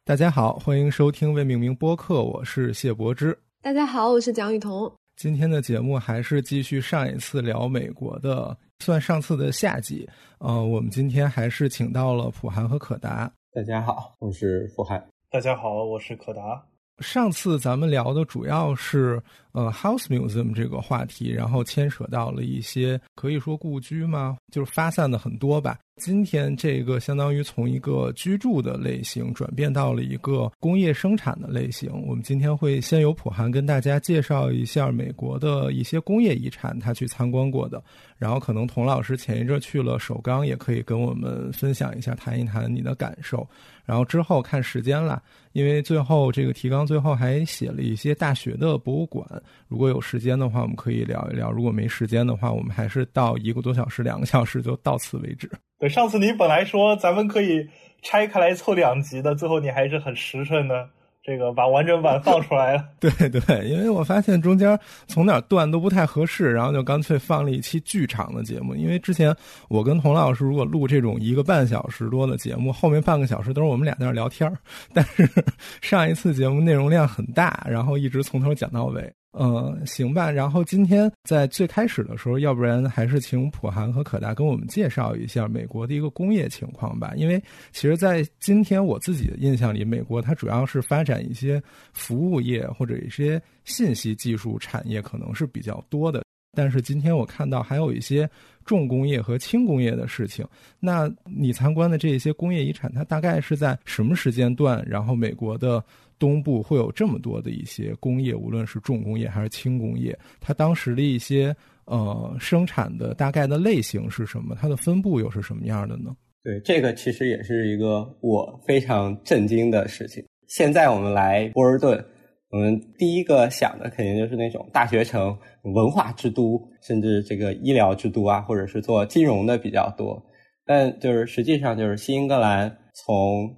大家好，欢迎收听未命名播客，我是谢柏之。 大家好，我是蒋雨桐。 今天的节目还是继续上一次聊美国的，算上次的下集。我们今天还是请到了普涵和可达。 大家好，我是傅涵。 大家好，我是可达。 上次咱们聊的主要是House Museum 这个话题，然后牵扯到了一些可以说故居吗？就是发散的很多吧。今天这个相当于从一个居住的类型转变到了一个工业生产的类型。我们今天会先由普涵跟大家介绍一下美国的一些工业遗产他去参观过的，然后可能童老师前一阵去了首钢，也可以跟我们分享一下，谈一谈你的感受。然后之后看时间了，因为最后这个提纲最后还写了一些大学的博物馆，如果有时间的话我们可以聊一聊，如果没时间的话我们还是到1个多小时2个小时就到此为止。 对，上次你本来说咱们可以拆开来凑2集的，最后你还是很实诚的这个把完整版放出来了。 对对，因为我发现中间从哪断都不太合适，然后就干脆放了一期剧场的节目。因为之前我跟童老师如果录这种1个半小时多的节目，后面半个小时都是我们俩在那聊天，但是上一次节目内容量很大，然后一直从头讲到尾。行吧。然后今天在最开始的时候，要不然还是请普涵和可达跟我们介绍一下美国的一个工业情况吧。因为其实在今天我自己的印象里，美国它主要是发展一些服务业或者一些信息技术产业可能是比较多的，但是今天我看到还有一些重工业和轻工业的事情。那你参观的这些工业遗产，它大概是在什么时间段，然后美国的东部会有这么多的一些工业，无论是重工业还是轻工业，它当时的一些生产的大概的类型是什么，它的分布又是什么样的呢？ 对，这个其实也是一个我非常震惊的事情。现在我们来波尔顿，我们第一个想的肯定就是那种大学城、文化之都，甚至这个医疗之都啊，或者是做金融的比较多。但就是实际上就是新英格兰从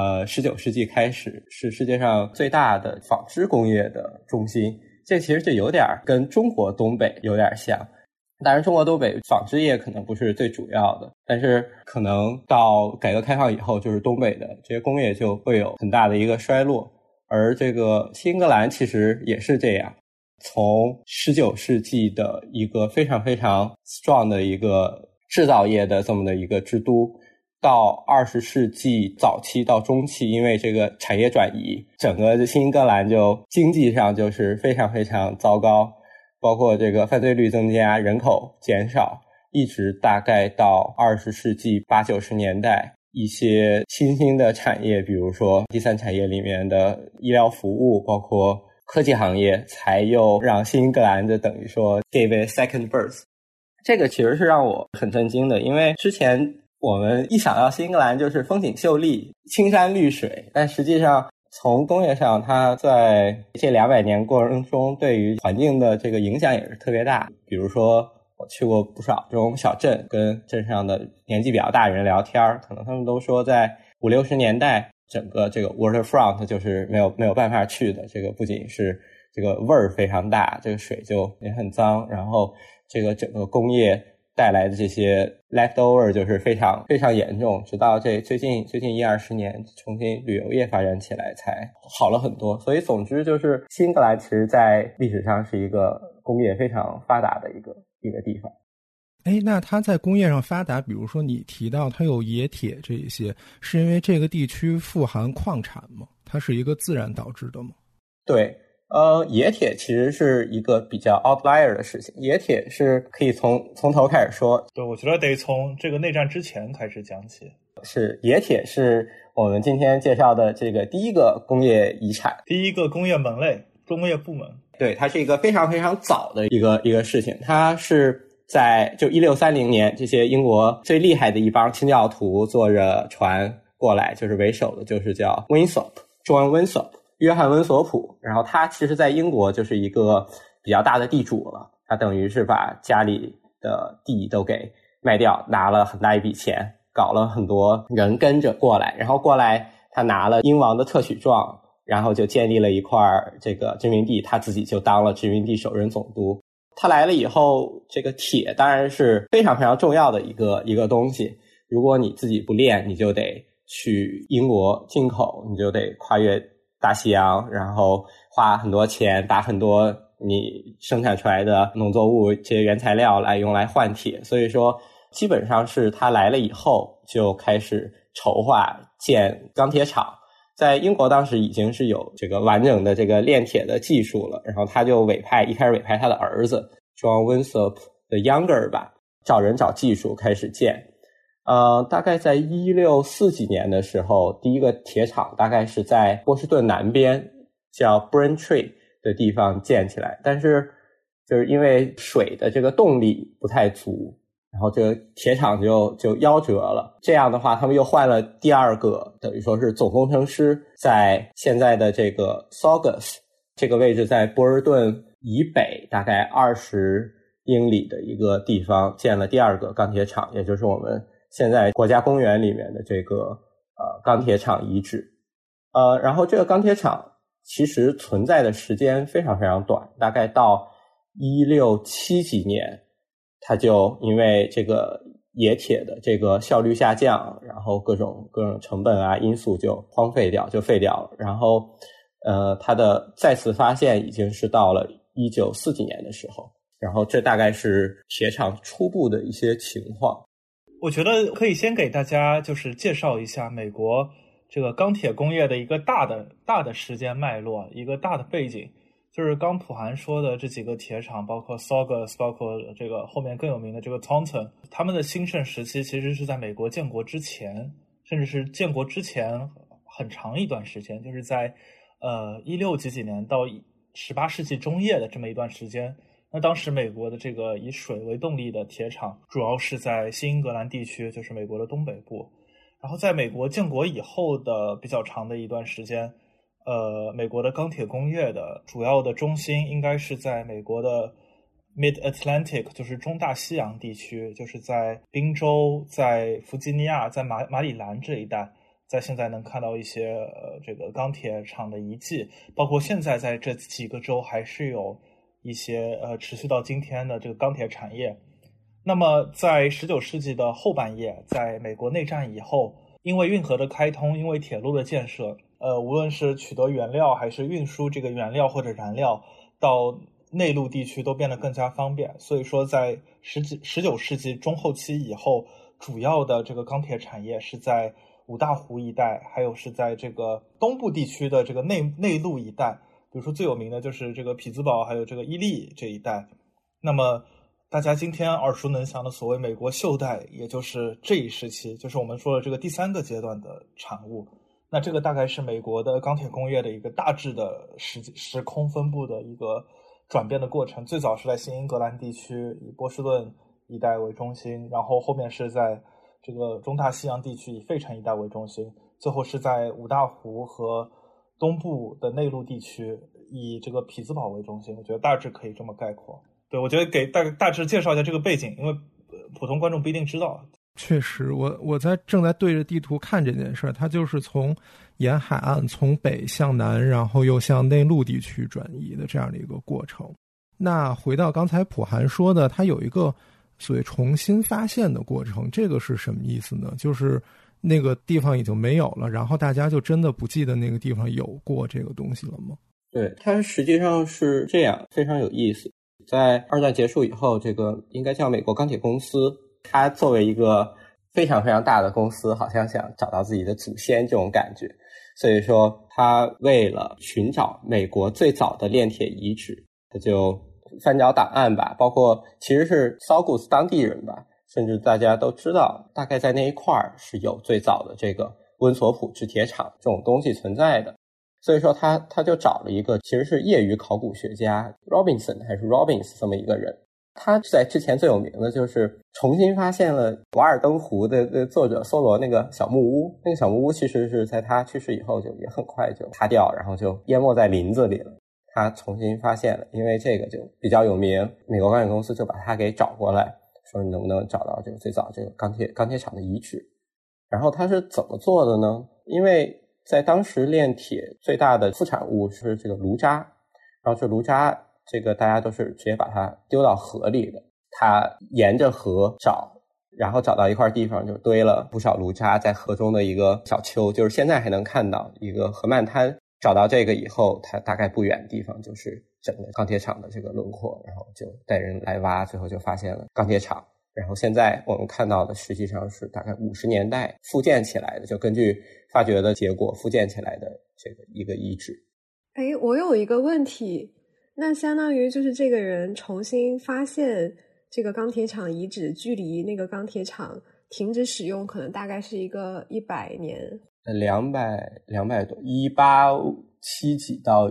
19世纪开始是世界上最大的纺织工业的中心，这其实就有点跟中国东北有点像。当然中国东北纺织业可能不是最主要的，但是可能到改革开放以后，就是东北的这些工业就会有很大的一个衰落。而这个新英格兰其实也是这样，从19世纪的一个非常非常 strong 的一个制造业的这么的一个之都，到20世纪早期到中期，因为这个产业转移，整个新英格兰就经济上就是非常非常糟糕，包括这个犯罪率增加，人口减少，一直大概到20世纪80、90年代，一些新兴的产业，比如说第三产业里面的医疗服务，包括科技行业，才又让新英格兰就等于说 gave a second birth。 这个其实是让我很震惊的，因为之前我们一想到新英格兰就是风景秀丽、青山绿水，但实际上从工业上它在这200年过程中对于环境的这个影响也是特别大。比如说我去过不少这种小镇，跟镇上的年纪比较大人聊天，可能他们都说在50、60年代整个这个 waterfront 就是没有办法去的。这个不仅是这个味儿非常大，这个水就也很脏，然后这个整个工业带来的这些 leftover 就是非常非常严重，直到这最近1-20年重新旅游业发展起来才好了很多。所以总之就是新英格兰其实在历史上是一个工业非常发达的一个地方。 那它在工业上发达，比如说你提到它有冶铁这一些，是因为这个地区富含矿产吗？它是一个自然导致的吗？ 对，冶铁其实是一个比较 outlier 的事情。冶铁是可以从头开始说。 对，我觉得得从这个内战之前开始讲起。 是，冶铁是我们今天介绍的这个第一个工业遗产， 第一个工业门类，工业部门。 对，它是一个非常非常早的一个事情。它是在就1630年，这些英国最厉害的一帮清教徒坐着船过来，就是为首的就是叫 John Winthrop 约翰温索普。然后他其实在英国就是一个比较大的地主了，他等于是把家里的地都给卖掉，拿了很大一笔钱，搞了很多人跟着过来，然后过来他拿了英王的特许状，然后就建立了一块这个殖民地，他自己就当了殖民地首任总督。他来了以后，这个铁当然是非常非常重要的一个东西，如果你自己不炼，你就得去英国进口，你就得跨越大西洋，然后花很多钱把很多你生产出来的农作物这些原材料来用来换铁，所以说基本上是他来了以后就开始筹划建钢铁厂。在英国当时已经是有这个完整的这个炼铁的技术了，然后他就一开始委派他的儿子 John Winthrop the Younger 吧，找人找技术开始建。大概在1640几年的时候，第一个铁厂大概是在波士顿南边叫 Braintree 的地方建起来，但是就是因为水的这个动力不太足，然后这个铁厂就夭折了。这样的话他们又换了第二个等于说是总工程师，在现在的这个 Saugus 这个位置，在波士顿以北大概20英里的一个地方建了第二个钢铁厂，也就是我们现在国家公园里面的这个钢铁厂遗址。然后这个钢铁厂其实存在的时间非常非常短，大概到167几年它就因为这个冶铁的这个效率下降，然后各种成本啊因素就荒废掉，就废掉了。然后它的再次发现已经是到了1940几年的时候，然后这大概是铁厂初步的一些情况。 我觉得可以先给大家就是介绍一下美国这个钢铁工业的一个大的时间脉络，一个大的背景。就是刚普涵说的这几个铁厂，包括 Saugus， 包括这个后面更有名的这个 Taunton， 他们的兴盛时期其实是在美国建国之前，甚至是建国之前很长一段时间，就是在16几年到18世纪中叶的这么一段时间。那当时美国的这个以水为动力的铁厂主要是在新英格兰地区，就是美国的东北部。然后在美国建国以后的比较长的一段时间，美国的钢铁工业的主要的中心应该是在美国的 Mid-Atlantic， 就是中大西洋地区，就是在宾州、在弗吉尼亚、在马里兰这一带，在现在能看到一些这个钢铁厂的遗迹，包括现在在这几个州还是有一些持续到今天的这个钢铁产业。那么在19世纪的后半叶，在美国内战以后，因为运河的开通，因为铁路的建设，无论是取得原料还是运输这个原料或者燃料到内陆地区都变得更加方便。所以说在19世纪中后期以后，主要的这个钢铁产业是在五大湖一带，还有是在这个东部地区的这个内陆一带，比如说最有名的就是这个匹兹堡还有这个伊利这一带。那么大家今天耳熟能详的所谓美国锈带，也就是这一时期，就是我们说的这个第三个阶段的产物。那这个大概是美国的钢铁工业的一个大致的时空分布的一个转变的过程。最早是在新英格兰地区，以波士顿一带为中心，然后后面是在这个中大西洋地区以费城一带为中心，最后是在五大湖和东部的内陆地区以这个匹兹堡为中心。我觉得大致可以这么概括。对，我觉得给大致介绍一下这个背景，因为普通观众不一定知道。 确实，我正在对着地图看这件事儿，它就是从沿海岸从北向南，然后又向内陆地区转移的这样的一个过程。那回到刚才普涵说的，它有一个所谓重新发现的过程，这个是什么意思呢？就是那个地方已经没有了，然后大家就真的不记得那个地方有过这个东西了吗？ 对，它实际上是这样，非常有意思。在二战结束以后，这个应该叫美国钢铁公司，它作为一个非常非常大的公司，好像想找到自己的祖先这种感觉，所以说它为了寻找美国最早的炼铁遗址，它就翻找档案吧，包括其实是Saugus当地人吧，甚至大家都知道大概在那一块是有最早的这个温索普制铁厂这种东西存在的。所以说他就找了一个其实是业余考古学家 Robinson 还是 Robbins 这么一个人，他在之前最有名的就是重新发现了瓦尔登湖的作者梭罗那个小木屋，那个小木屋其实是在他去世以后就也很快就塌掉，然后就淹没在林子里了。他重新发现了，因为这个就比较有名，美国钢铁公司就把他给找过来，说你能不能找到这个最早这个钢铁厂的遗址。然后他是怎么做的呢？因为在当时炼铁最大的副产物是这个炉渣，然后这炉渣这个大家都是直接把它丢到河里的，他沿着河找然后找到一块地方就堆了不少炉渣，在河中的一个小丘，就是现在还能看到一个河漫滩。找到这个以后，它大概不远的地方就是整个钢铁厂的这个轮廓，然后就带人来挖，最后就发现了钢铁厂。然后现在我们看到的实际上是大概50年代复建起来的，就根据发掘的结果复建起来的这个一个遗址。 我有一个问题，那相当于就是这个人重新发现这个钢铁厂遗址，距离那个钢铁厂停止使用可能大概是一个100年 200多，187几到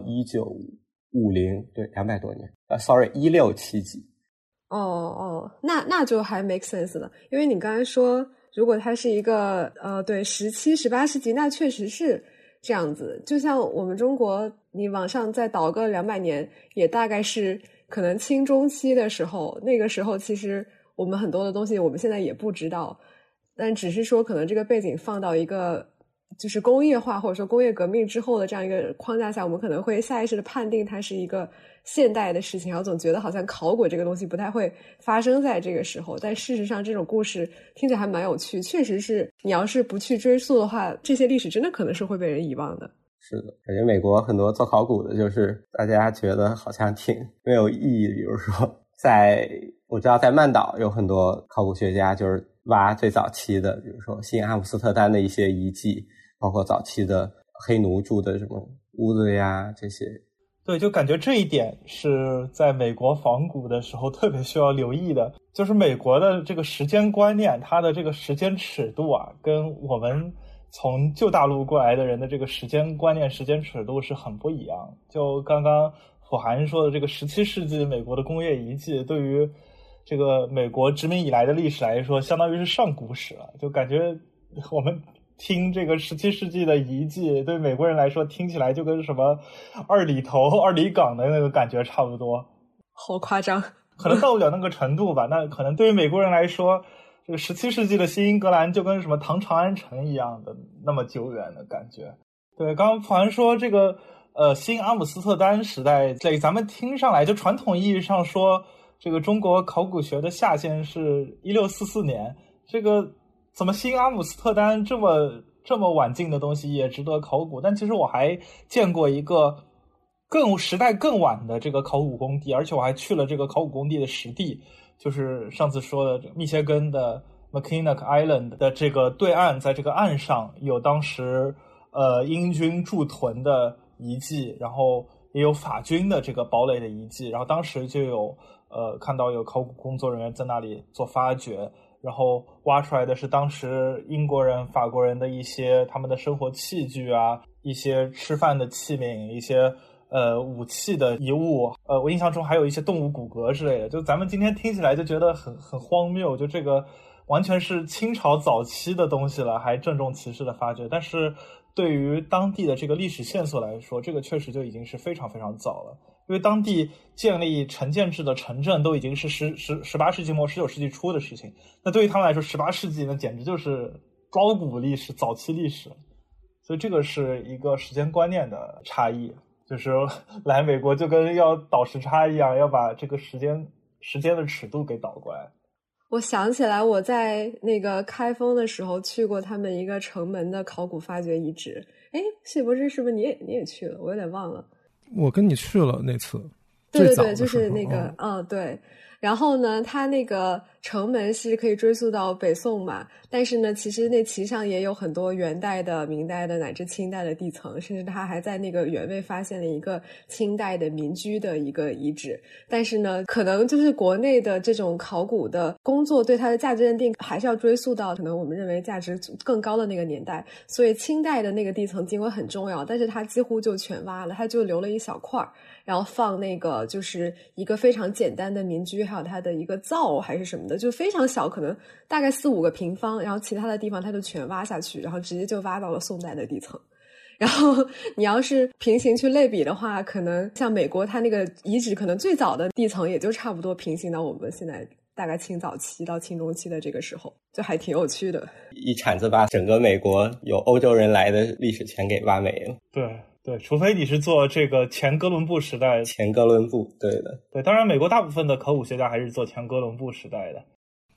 1950，对，200多年。167几。 那就还 make sense 了，因为你刚才说，如果它是一个对17、18世纪，那确实是这样子。就像我们中国，你往上再倒个200年，也大概是可能清中期的时候，那个时候其实我们很多的东西我们现在也不知道，但只是说可能这个背景放到一个就是工业化或者说工业革命之后的这样一个框架下，我们可能会下意识的判定它是一个现代的事情，然后总觉得好像考古这个东西不太会发生在这个时候，但事实上这种故事听起来还蛮有趣，确实是你要是不去追溯的话，这些历史真的可能是会被人遗忘的。 是的，感觉美国很多做考古的就是大家觉得好像挺没有意义，比如说我知道在曼岛有很多考古学家就是挖最早期的，比如说新阿姆斯特丹的一些遗迹，包括早期的黑奴住的什么屋子呀这些。 对，就感觉这一点是在美国仿古的时候特别需要留意的，就是美国的这个时间观念，它的这个时间尺度啊，跟我们从旧大陆过来的人的这个时间观念、时间尺度是很不一样。就刚刚普涵说的这个17世纪美国的工业遗迹，对于这个美国殖民以来的历史来说，相当于是上古史了。就感觉我们听这个17世纪的遗迹，对美国人来说听起来就跟什么二里头、二里岗的那个感觉差不多。 好夸张， 可能到不了那个程度吧。那可能对于美国人来说，这个17世纪的新英格兰就跟什么唐长安城一样的那么久远的感觉。对，刚刚普涵说这个新阿姆斯特丹时代，这咱们听上来就传统意义上说，这个中国考古学的下限是1644年，这个怎么新阿姆斯特丹这么晚近的东西也值得考古？但其实我还见过一个时代更晚的这个考古工地，而且我还去了这个考古工地的实地，就是上次说的密歇根的 Mackinac Island 的这个对岸，在这个岸上有当时英军驻屯的遗迹，然后也有法军的这个堡垒的遗迹，然后当时就有看到有考古工作人员在那里做发掘，然后挖出来的是当时英国人、法国人的一些他们的生活器具啊，一些吃饭的器皿，一些武器的遗物，我印象中还有一些动物骨骼之类的，就咱们今天听起来就觉得很荒谬，就这个完全是清朝早期的东西了，还郑重其事的发掘，但是对于当地的这个历史线索来说，这个确实就已经是非常非常早了。因为当地建立城建制的城镇都已经是18世纪末19世纪初的事情，那对于他们来说18世纪那简直就是高古历史、早期历史，所以这个是一个时间观念的差异，就是来美国就跟要倒时差一样，要把这个时间的尺度给倒过来。 我想起来我在那个开封的时候去过他们一个城门的考古发掘遗址。谢博士是不是你也去了？我有点忘了。 我跟你去了那次。 对，就是那个对。然后呢，它那个城门是可以追溯到北宋嘛，但是呢，其实那其上也有很多元代的、明代的乃至清代的地层，甚至它还在那个原位发现了一个清代的民居的一个遗址。但是呢，可能就是国内的这种考古的工作对它的价值认定还是要追溯到可能我们认为价值更高的那个年代，所以清代的那个地层经纬很重要，但是它几乎就全挖了，它就留了一小块，然后放那个就是一个非常简单的民居，还有它的一个灶还是什么的，就非常小，可能大概4-5个平方，然后其他的地方它就全挖下去，然后直接就挖到了宋代的地层。然后你要是平行去类比的话，可能像美国它那个遗址可能最早的地层也就差不多平行到我们现在大概清早期到清中期的这个时候，就还挺有趣的。 一铲子把整个美国有欧洲人来的历史全给挖没了。 对，除非你是做这个前哥伦布时代的。 前哥伦布，对的。 对，当然美国大部分的考古学家还是做前哥伦布时代的。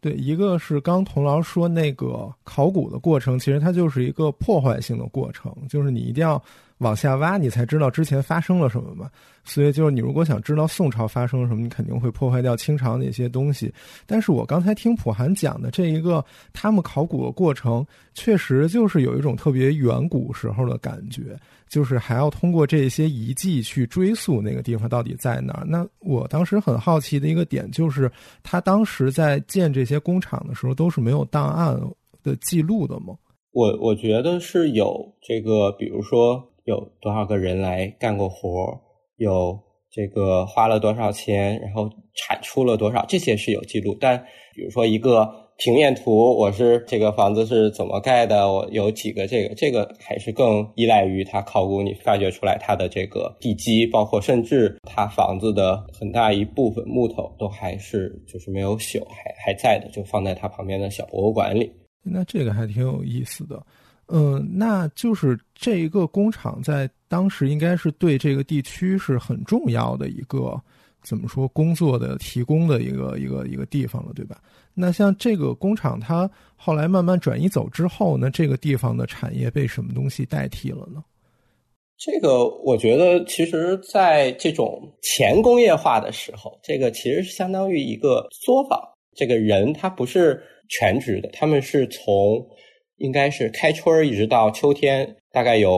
对，一个是刚童老说那个考古的过程，其实它就是一个破坏性的过程，就是你一定要往下挖，你才知道之前发生了什么嘛。所以就是你如果想知道宋朝发生了什么，你肯定会破坏掉清朝那些东西。但是我刚才听普涵讲的这一个他们考古的过程，确实就是有一种特别远古时候的感觉，就是还要通过这些遗迹去追溯那个地方到底在哪儿。那我当时很好奇的一个点就是，他当时在建这些工厂的时候都是没有档案的记录的吗？ 我觉得是有这个，比如说有多少个人来干过活，有这个花了多少钱，然后产出了多少，这些是有记录。但比如说一个平面图，我是这个房子是怎么盖的，我有几个这个还是更依赖于它考古，你发掘出来它的这个地基，包括甚至它房子的很大一部分木头都还是就是没有朽，还在的，就放在它旁边的小博物馆里。 那这个还挺有意思的。那就是这一个工厂在当时应该是对这个地区是很重要的一个怎么说工作的提供的一个地方了，对吧？那像这个工厂它后来慢慢转移走之后呢，这个地方的产业被什么东西代替了呢？ 这个我觉得其实在这种前工业化的时候，这个其实是相当于一个作坊，这个人他不是全职的，他们是从应该是开春一直到秋天，大概有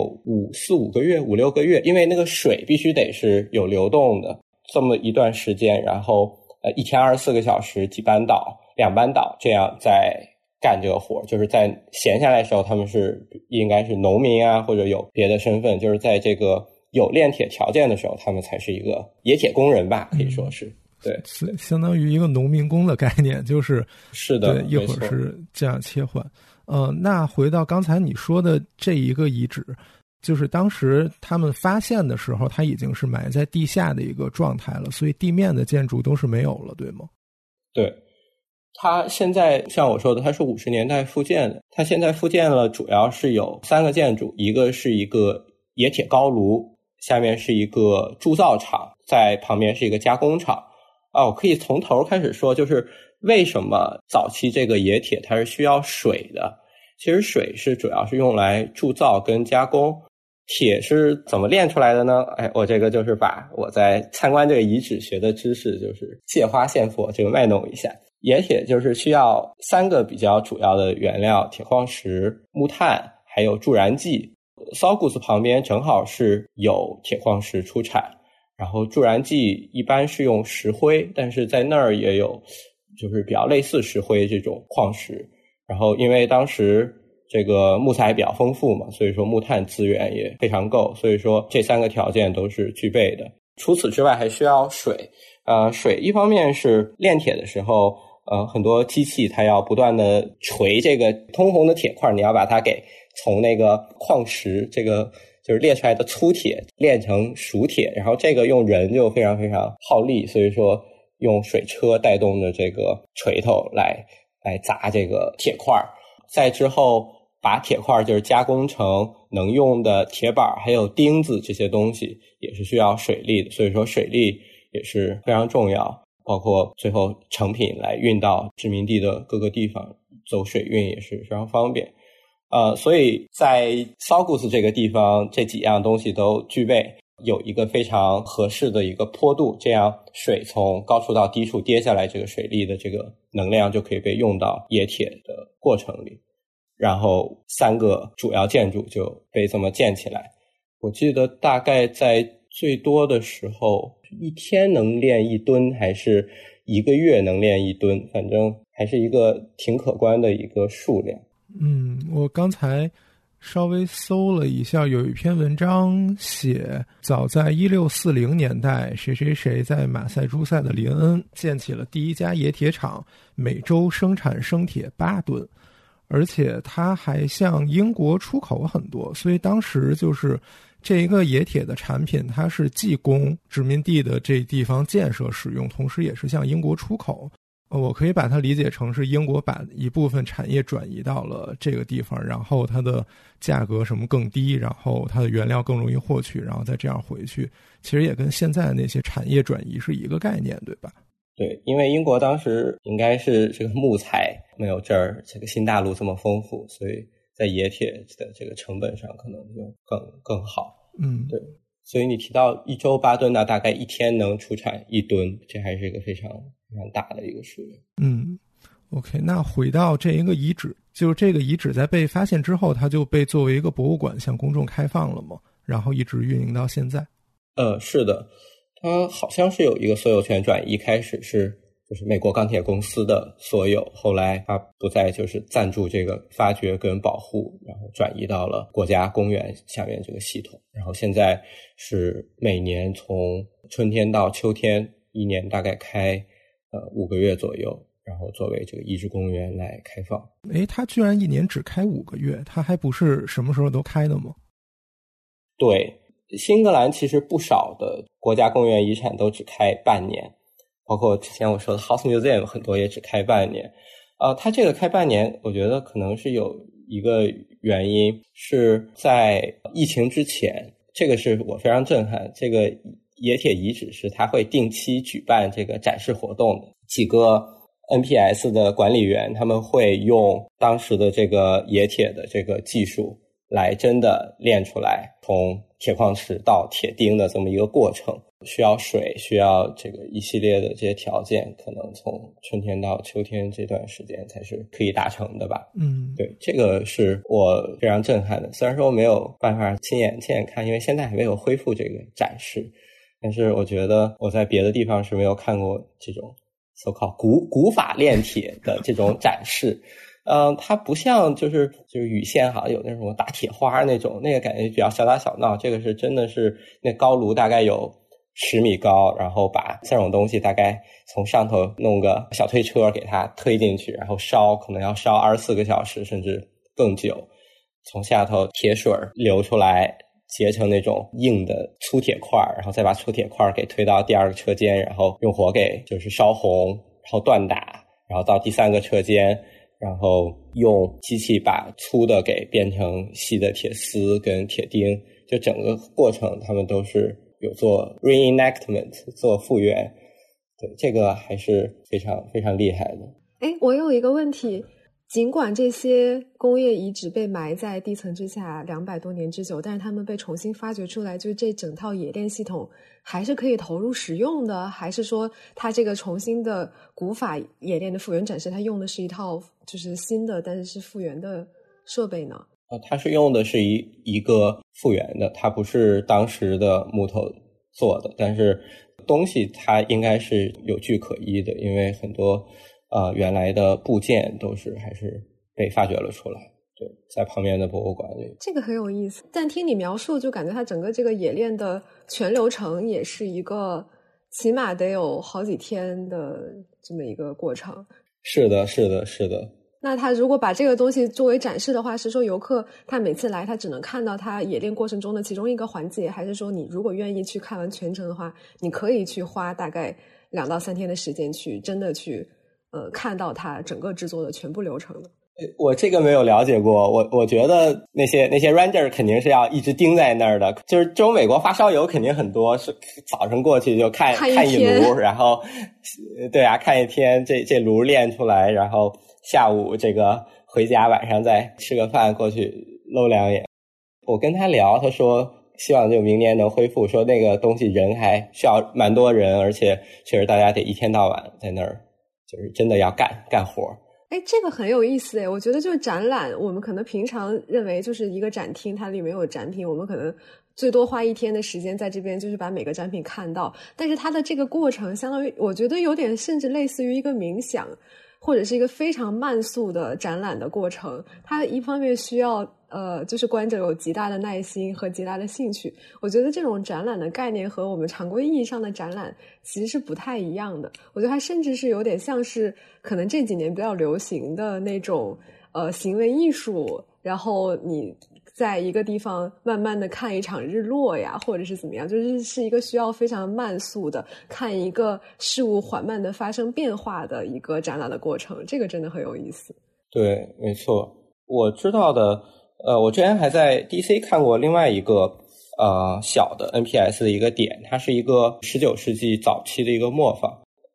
5个月、5、6个月，因为那个水必须得是有流动的，这么一段时间，然后一天24个小时，几班倒、2班倒，这样在干这个活，就是在闲下来的时候，他们是应该是农民啊，或者有别的身份，就是在这个有炼铁条件的时候，他们才是一个冶铁工人吧，可以说是。对， 相当于一个农民工的概念， 是的， 对，一会儿是这样切换。那回到刚才你说的这一个遗址，就是当时他们发现的时候，它已经是埋在地下的一个状态了，所以地面的建筑都是没有了，对吗？ 对，它现在像我说的，它是50年代复建的，它现在复建了，主要是有3个建筑，一个是一个冶铁高炉，下面是一个铸造厂，在旁边是一个加工厂。我可以从头开始说，就是为什么早期这个冶铁它是需要水的。其实水是主要是用来铸造跟加工，铁是怎么炼出来的呢？我这个就是把我在参观这个遗址学的知识就是借花献佛，这个卖弄一下。冶铁就是需要3个比较主要的原料，铁矿石、木炭还有助燃剂。骚古斯旁边正好是有铁矿石出产，然后助燃剂一般是用石灰，但是在那儿也有就是比较类似石灰这种矿石。然后因为当时这个木材比较丰富嘛，所以说木炭资源也非常够，所以说这3个条件都是具备的。除此之外还需要水。水一方面是炼铁的时候很多机器它要不断的锤这个通红的铁块，你要把它给从那个矿石这个就是炼出来的粗铁炼成熟铁，然后这个用人就非常非常耗力，所以说用水车带动着这个锤头来砸这个铁块，再之后把铁块就是加工成能用的铁板还有钉子，这些东西也是需要水力的，所以说水力也是非常重要，包括最后成品来运到殖民地的各个地方，走水运也是非常方便。所以在骚古斯这个地方，这几样东西都具备，有一个非常合适的一个坡度，这样水从高处到低处跌下来，这个水力的这个能量就可以被用到冶铁的过程里，然后3个主要建筑就被这么建起来。我记得大概在最多的时候1天能炼1吨，还是1个月能炼1吨，反正还是一个挺可观的一个数量。 我刚才稍微搜了一下，有一篇文章写早在1640年代谁谁谁在马赛诸塞的林恩建起了第一家冶铁厂，每周生产生铁8吨，而且它还向英国出口很多，所以当时就是这一个冶铁的产品，它是既供殖民地的这地方建设使用，同时也是向英国出口。我可以把它理解成是英国把一部分产业转移到了这个地方，然后它的价格什么更低，然后它的原料更容易获取，然后再这样回去。其实也跟现在那些产业转移是一个概念，对吧？ 对，因为英国当时应该是这个木材没有这儿这个新大陆这么丰富，所以在冶铁的这个成本上可能就更好。对。所以你提到1周8吨，那大概一天能出产1吨，这还是一个非常非常大的一个数量。 OK， 那回到这一个遗址，就是这个遗址在被发现之后，它就被作为一个博物馆向公众开放了吗？然后一直运营到现在？ 是的，它好像是有一个所有权转移，一开始是就是美国钢铁公司的所有，后来它不再就是赞助这个发掘跟保护，然后转移到了国家公园下面这个系统，然后现在是每年从春天到秋天，一年大概开5个月左右，然后作为这个遗址公园来开放。 它居然一年只开5个月，它还不是什么时候都开的吗？ 对，新英格兰其实不少的国家公园遗产都只开半年，包括之前我说的 House Museum 很多也只开半年。它这个开半年，我觉得可能是有一个原因，是在疫情之前，这个是我非常震撼，这个冶铁遗址是它会定期举办这个展示活动的，几个 NPS 的管理员他们会用当时的这个冶铁的这个技术来真的练出来从铁矿石到铁钉的这么一个过程，需要水，需要这个一系列的这些条件，可能从春天到秋天这段时间才是可以达成的吧。对，这个是我非常震撼的，虽然说我没有办法亲眼看，因为现在还没有恢复这个展示，但是我觉得我在别的地方是没有看过这种so-called古法炼铁的这种展示。它不像就是羽线好像有那种打铁花那种，那个感觉比较小打小闹，这个是真的是那高炉大概有10米高，然后把这种东西大概从上头弄个小推车给它推进去，然后烧，可能要烧24个小时甚至更久，从下头铁水流出来结成那种硬的粗铁块，然后再把粗铁块给推到第2个车间，然后用火给就是烧红，然后锻打，然后到第3个车间，然后用机器把粗的给变成细的铁丝跟铁钉，就整个过程他们都是有做 reenactment 做复原。对，这个还是非常非常厉害的。 我有一个问题，尽管这些工业遗址被埋在地层之下200多年之久，但是他们被重新发掘出来，就是这整套冶炼系统还是可以投入使用的，还是说它这个重新的古法冶炼的复原展示，它用的是一套就是新的但是复原的设备呢？ 它是用的是一个复原的，它不是当时的木头做的，但是东西它应该是有据可依的，因为很多原来的部件都是还是被发掘了出来。对，在旁边的博物馆里。 这个很有意思，但听你描述就感觉它整个这个冶炼的全流程也是一个起码得有好几天的这么一个过程。 是的是的是的。 那他如果把这个东西作为展示的话，是说游客他每次来他只能看到他冶炼过程中的其中一个环节，还是说你如果愿意去看完全程的话，你可以去花大概2到3天的时间去真的去看到它整个制作的全部流程呢？ 我这个没有了解过，我觉得那些 ranger 肯定是要一直盯在那儿的，就是这种美国发烧友肯定很多，是早上过去就看一炉，然后对啊，看一天这炉炼出来，然后下午这个回家，晚上再吃个饭过去搂2眼。我跟他聊，他说希望就明年能恢复，说那个东西人还需要蛮多人，而且确实大家得一天到晚在那儿，就是真的要干活。 这个很有意思我觉得就是展览，我们可能平常认为就是一个展厅，它里面有展品，我们可能最多花1天的时间在这边就是把每个展品看到，但是它的这个过程相当于我觉得有点甚至类似于一个冥想，或者是一个非常慢速的展览的过程。它一方面需要就是观者有极大的耐心和极大的兴趣，我觉得这种展览的概念和我们常规意义上的展览其实是不太一样的。我觉得它甚至是有点像是可能这几年比较流行的那种行为艺术，然后你在一个地方慢慢的看一场日落呀，或者是怎么样，就是一个需要非常慢速的看一个事物缓慢的发生变化的一个展览的过程，这个真的很有意思。 对，没错，我知道的。我之前还在 DC 看过另外一个小的 NPS 的一个点，它是一个19世纪早期的一个磨坊。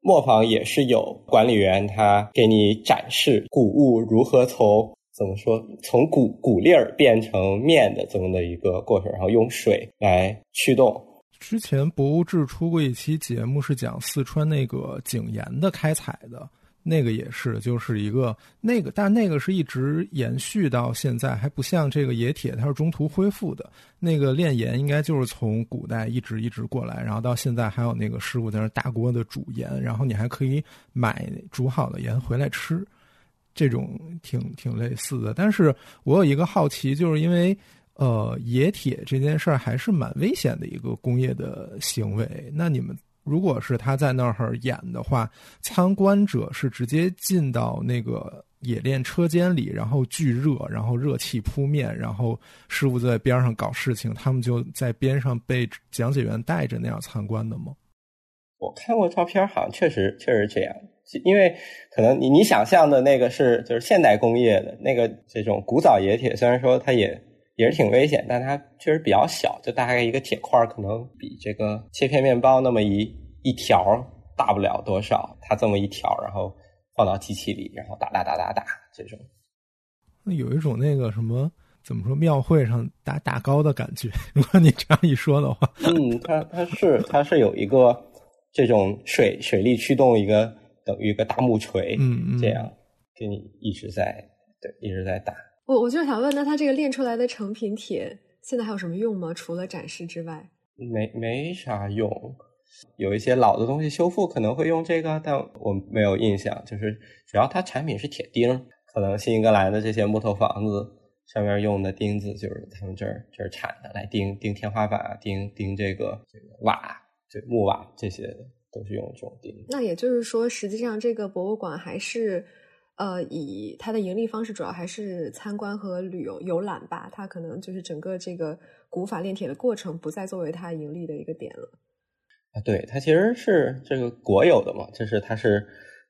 磨坊也是有管理员他给你展示谷物如何从谷粒儿变成面的这么的一个过程，然后用水来驱动。 之前博物志出过一期节目是讲四川那个井盐的开采的，那个也是就是一个但那个是一直延续到现在，还不像这个冶铁它是中途恢复的。那个炼盐应该就是从古代一直过来，然后到现在还有那个师傅在那大锅的煮盐，然后你还可以买煮好的盐回来吃，这种挺类似的。但是我有一个好奇，就是因为冶铁这件事儿还是蛮危险的一个工业的行为，那你们如果是他在那儿演的话，参观者是直接进到那个冶炼车间里，然后巨热，然后热气扑面，然后师傅在边上搞事情，他们就在边上被讲解员带着那样参观的吗？ 我看过照片，好像确实这样。因为可能你想象的那个就是现代工业的那个这种古早冶铁，虽然说它也是挺危险，但它确实比较小，就大概一个铁块可能比这个切片面包那么一条大不了多少，它这么一条，然后放到机器里，然后打这种。 有一种那个什么怎么说庙会上打糕的感觉，如果你这样一说的话。 它是有一个这种水力驱动一个等于一个大木锤，这样给你一直在打。 我就是想问，那它这个炼出来的成品铁现在还有什么用吗？除了展示之外？ 没啥用。有一些老的东西修复可能会用这个，但我没有印象。就是主要它产品是铁钉，可能新英格兰的这些木头房子上面用的钉子就是他们这儿产的，来钉天花板，钉这个瓦，木瓦，这些都是用这种钉。 那也就是说，实际上这个博物馆还是以它的盈利方式主要还是参观和旅游游览吧，它可能就是整个这个古法炼铁的过程不再作为它盈利的一个点了。 对，它其实是这个国有的嘛，它是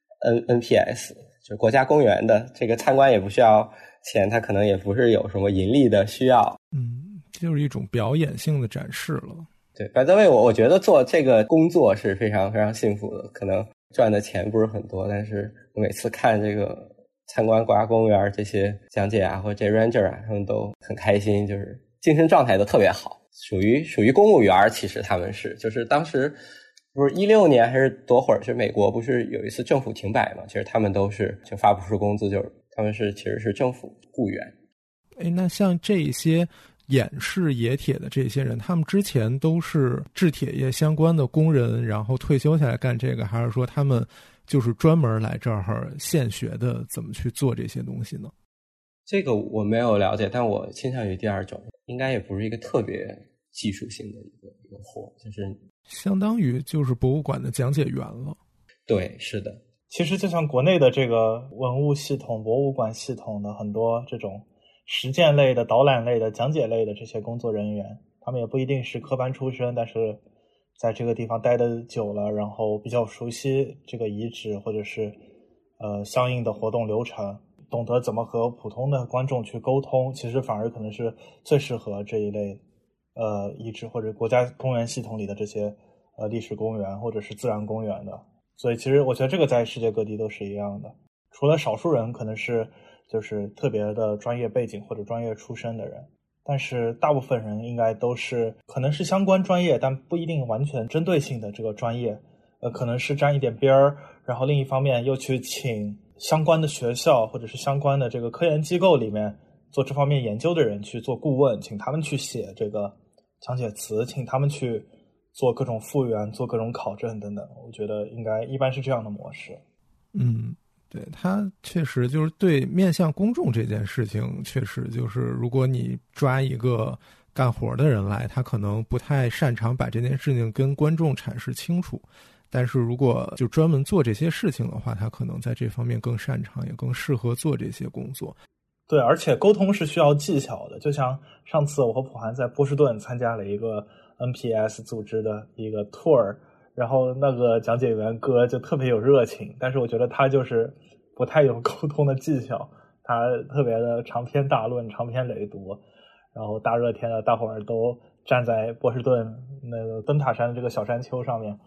NPS， 就是国家公园的，这个参观也不需要钱，它可能也不是有什么盈利的需要。 就是一种表演性的展示了。 对，by the way，我觉得做这个工作是非常非常幸福的，可能赚的钱不是很多，但是我每次看这个参观国家公园这些讲解啊，或者这 ranger 啊，他们都很开心，就是精神状态都特别好，属于公务员。其实他们就是当时不是16年还是多会儿，就美国不是有一次政府停摆嘛，其实他们都是就发不出工资，就是他们其实是政府雇员。 那像这些演示冶铁的这些人，他们之前都是制铁业相关的工人，然后退休下来干这个，还是说他们就是专门来这儿现学的怎么去做这些东西呢？ 这个我没有了解，但我倾向于第二种，应该也不是一个特别技术性的一个活，就是相当于就是博物馆的讲解员了。 对，是的。 其实就像国内的这个文物系统、博物馆系统的很多这种实践类的、导览类的、讲解类的这些工作人员，他们也不一定是科班出身，但是在这个地方待得久了，然后比较熟悉这个遗址或者是相应的活动流程，懂得怎么和普通的观众去沟通，其实反而可能是最适合这一类遗址或者国家公园系统里的这些历史公园或者是自然公园的。所以其实我觉得这个在世界各地都是一样的，除了少数人可能是就是特别的专业背景或者专业出身的人，但是大部分人应该都是可能是相关专业，但不一定完全针对性的这个专业，可能是沾一点边儿，然后另一方面又去请相关的学校或者是相关的这个科研机构里面做这方面研究的人去做顾问，请他们去写这个讲解词，请他们去做各种复原，做各种考证等等。我觉得应该一般是这样的模式。 对，他确实就是对面向公众这件事情，确实就是如果你抓一个干活的人来，他可能不太擅长把这件事情跟观众阐释清楚，但是如果就专门做这些事情的话，他可能在这方面更擅长，也更适合做这些工作。 对，而且沟通是需要技巧的，就像上次我和普涵在波士顿参加了一个 NPS 组织的一个 tour， 然后那个讲解员哥就特别有热情，但是我觉得他就是不太有沟通的技巧，他特别的长篇大论、长篇累牍，然后大热天的大伙儿都站在波士顿那个灯塔山的这个小山丘上面，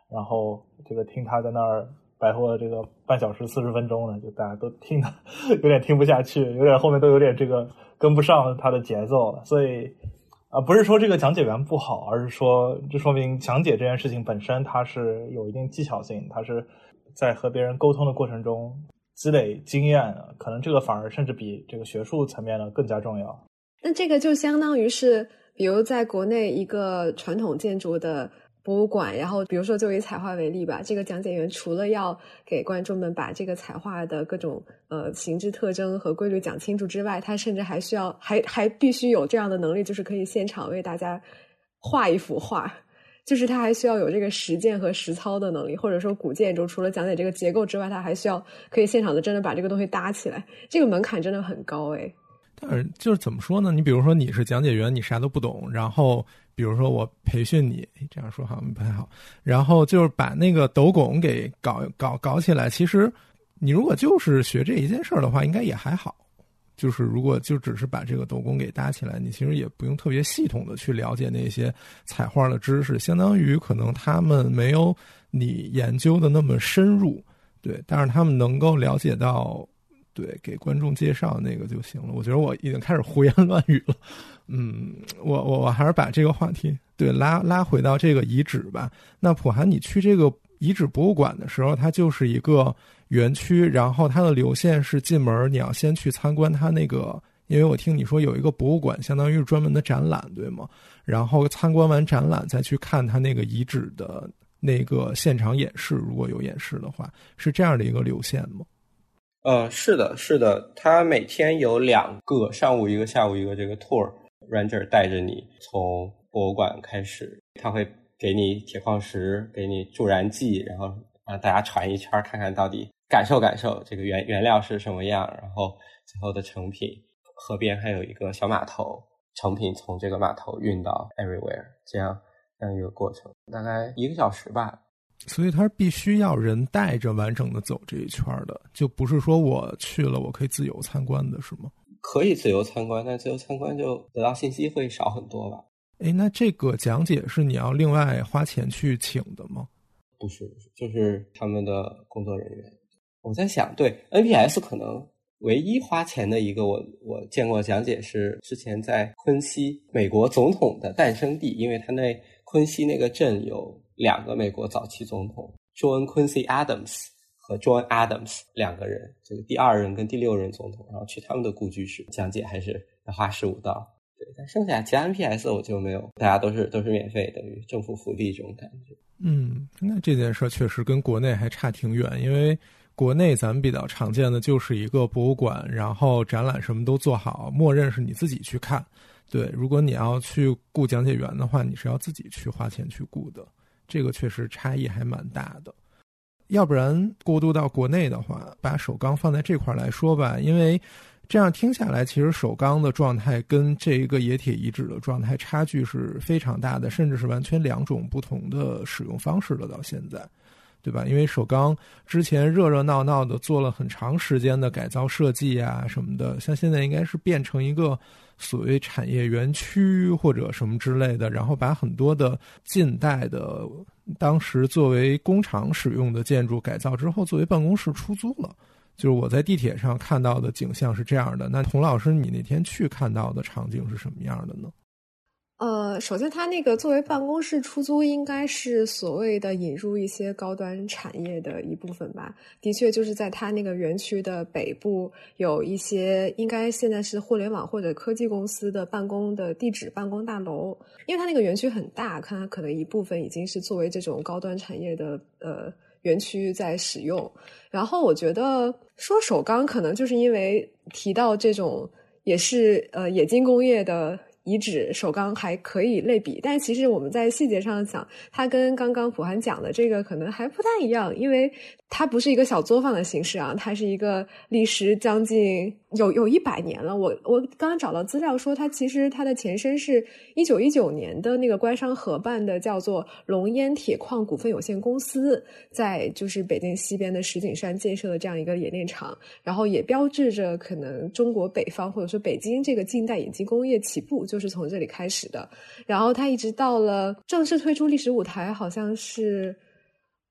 然后这个听他在那儿白活了这个半小时40分钟呢，就大家都听的有点听不下去，有点后面都有点这个跟不上他的节奏了。所以不是说这个讲解员不好，而是说这说明讲解这件事情本身它是有一定技巧性，它是在和别人沟通的过程中积累经验，可能这个反而甚至比这个学术层面的更加重要。 那这个就相当于是比如在国内一个传统建筑的博物馆，然后比如说就以彩画为例吧，这个讲解员除了要给观众们把这个彩画的各种形制特征和规律讲清楚之外，他甚至还需要还必须有这样的能力，就是可以现场为大家画一幅画，就是他还需要有这个实践和实操的能力。或者说古建筑除了讲解这个结构之外，他还需要可以现场的真的把这个东西搭起来，这个门槛真的很高诶。 但是就是怎么说呢，你比如说你是讲解员，你啥都不懂，然后比如说我培训你，这样说好像不太好，然后就是把那个斗拱给搞起来，其实你如果就是学这一件事的话应该也还好，就是如果就只是把这个斗拱给搭起来，你其实也不用特别系统的去了解那些彩画的知识，相当于可能他们没有你研究的那么深入，对，但是他们能够了解到，对，给观众介绍那个就行了。我觉得我已经开始胡言乱语了，我还是把这个话题对拉回到这个遗址吧。那普涵，你去这个遗址博物馆的时候，它就是一个园区，然后它的流线是进门你要先去参观它那个，因为我听你说有一个博物馆相当于是专门的展览，对吗？然后参观完展览再去看它那个遗址的那个现场演示，如果有演示的话，是这样的一个流线吗？ 是的，它每天有2个，上午一个，下午一个，这个 tour ranger 带着你从博物馆开始，他会给你铁矿石，给你助燃剂，然后让大家传一圈，看看到底感受这个原料是什么样，然后最后的成品。河边还有一个小码头，成品从这个码头运到 everywhere， 这样一个过程，大概1个小时吧。 所以它必须要人带着完整的走这一圈的，就不是说我去了我可以自由参观的，是吗？ 可以自由参观，但自由参观就得到信息会少很多吧。 那这个讲解是你要另外花钱去请的吗？ 不是，就是他们的工作人员。我在想，对 NPS 可能唯一花钱的一个我见过讲解是之前在昆西，美国总统的诞生地，因为他那昆西那个镇有2个美国早期总统 John Quincy Adams 和 John Adams 2个人，这个第2任跟第6任总统，然后去他们的故居时讲解还是要花15刀。对，但剩下其他 NPS 我就没有，大家都是免费，等于政府福利这种感觉。 那这件事确实跟国内还差挺远，因为国内咱们比较常见的就是一个博物馆，然后展览什么都做好，默认是你自己去看。对，如果你要去雇讲解员的话，你是要自己去花钱去雇的，这个确实差异还蛮大的。要不然过渡到国内的话，把首钢放在这块来说吧，因为这样听下来，其实首钢的状态跟这一个冶铁遗址的状态差距是非常大的，甚至是完全2种不同的使用方式了到现在，对吧？因为首钢之前热闹闹的做了很长时间的改造设计啊什么的，像现在应该是变成一个所谓产业园区或者什么之类的，然后把很多的近代的当时作为工厂使用的建筑改造之后作为办公室出租了。就是我在地铁上看到的景象是这样的，那童老师你那天去看到的场景是什么样的呢？ 首先它那个作为办公室出租应该是所谓的引入一些高端产业的一部分吧。的确就是在它那个园区的北部有一些应该现在是互联网或者科技公司的办公的地址办公大楼，因为它那个园区很大，看它可能一部分已经是作为这种高端产业的园区在使用。然后我觉得说首钢可能就是因为提到这种也是冶金工业的遗址，首钢还可以类比，但其实我们在细节上讲，它跟刚刚普涵讲的这个可能还不太一样，因为它不是一个小作坊的形式啊，它是一个历时将近有100年了。我刚刚找到资料说，它其实它的前身是1919年的那个官商合办的，叫做龙烟铁矿股份有限公司，在就是北京西边的石景山建设的这样一个冶炼厂，然后也标志着可能中国北方或者说北京这个近代冶金工业起步就是从这里开始的。然后它一直到了正式退出历史舞台，好像是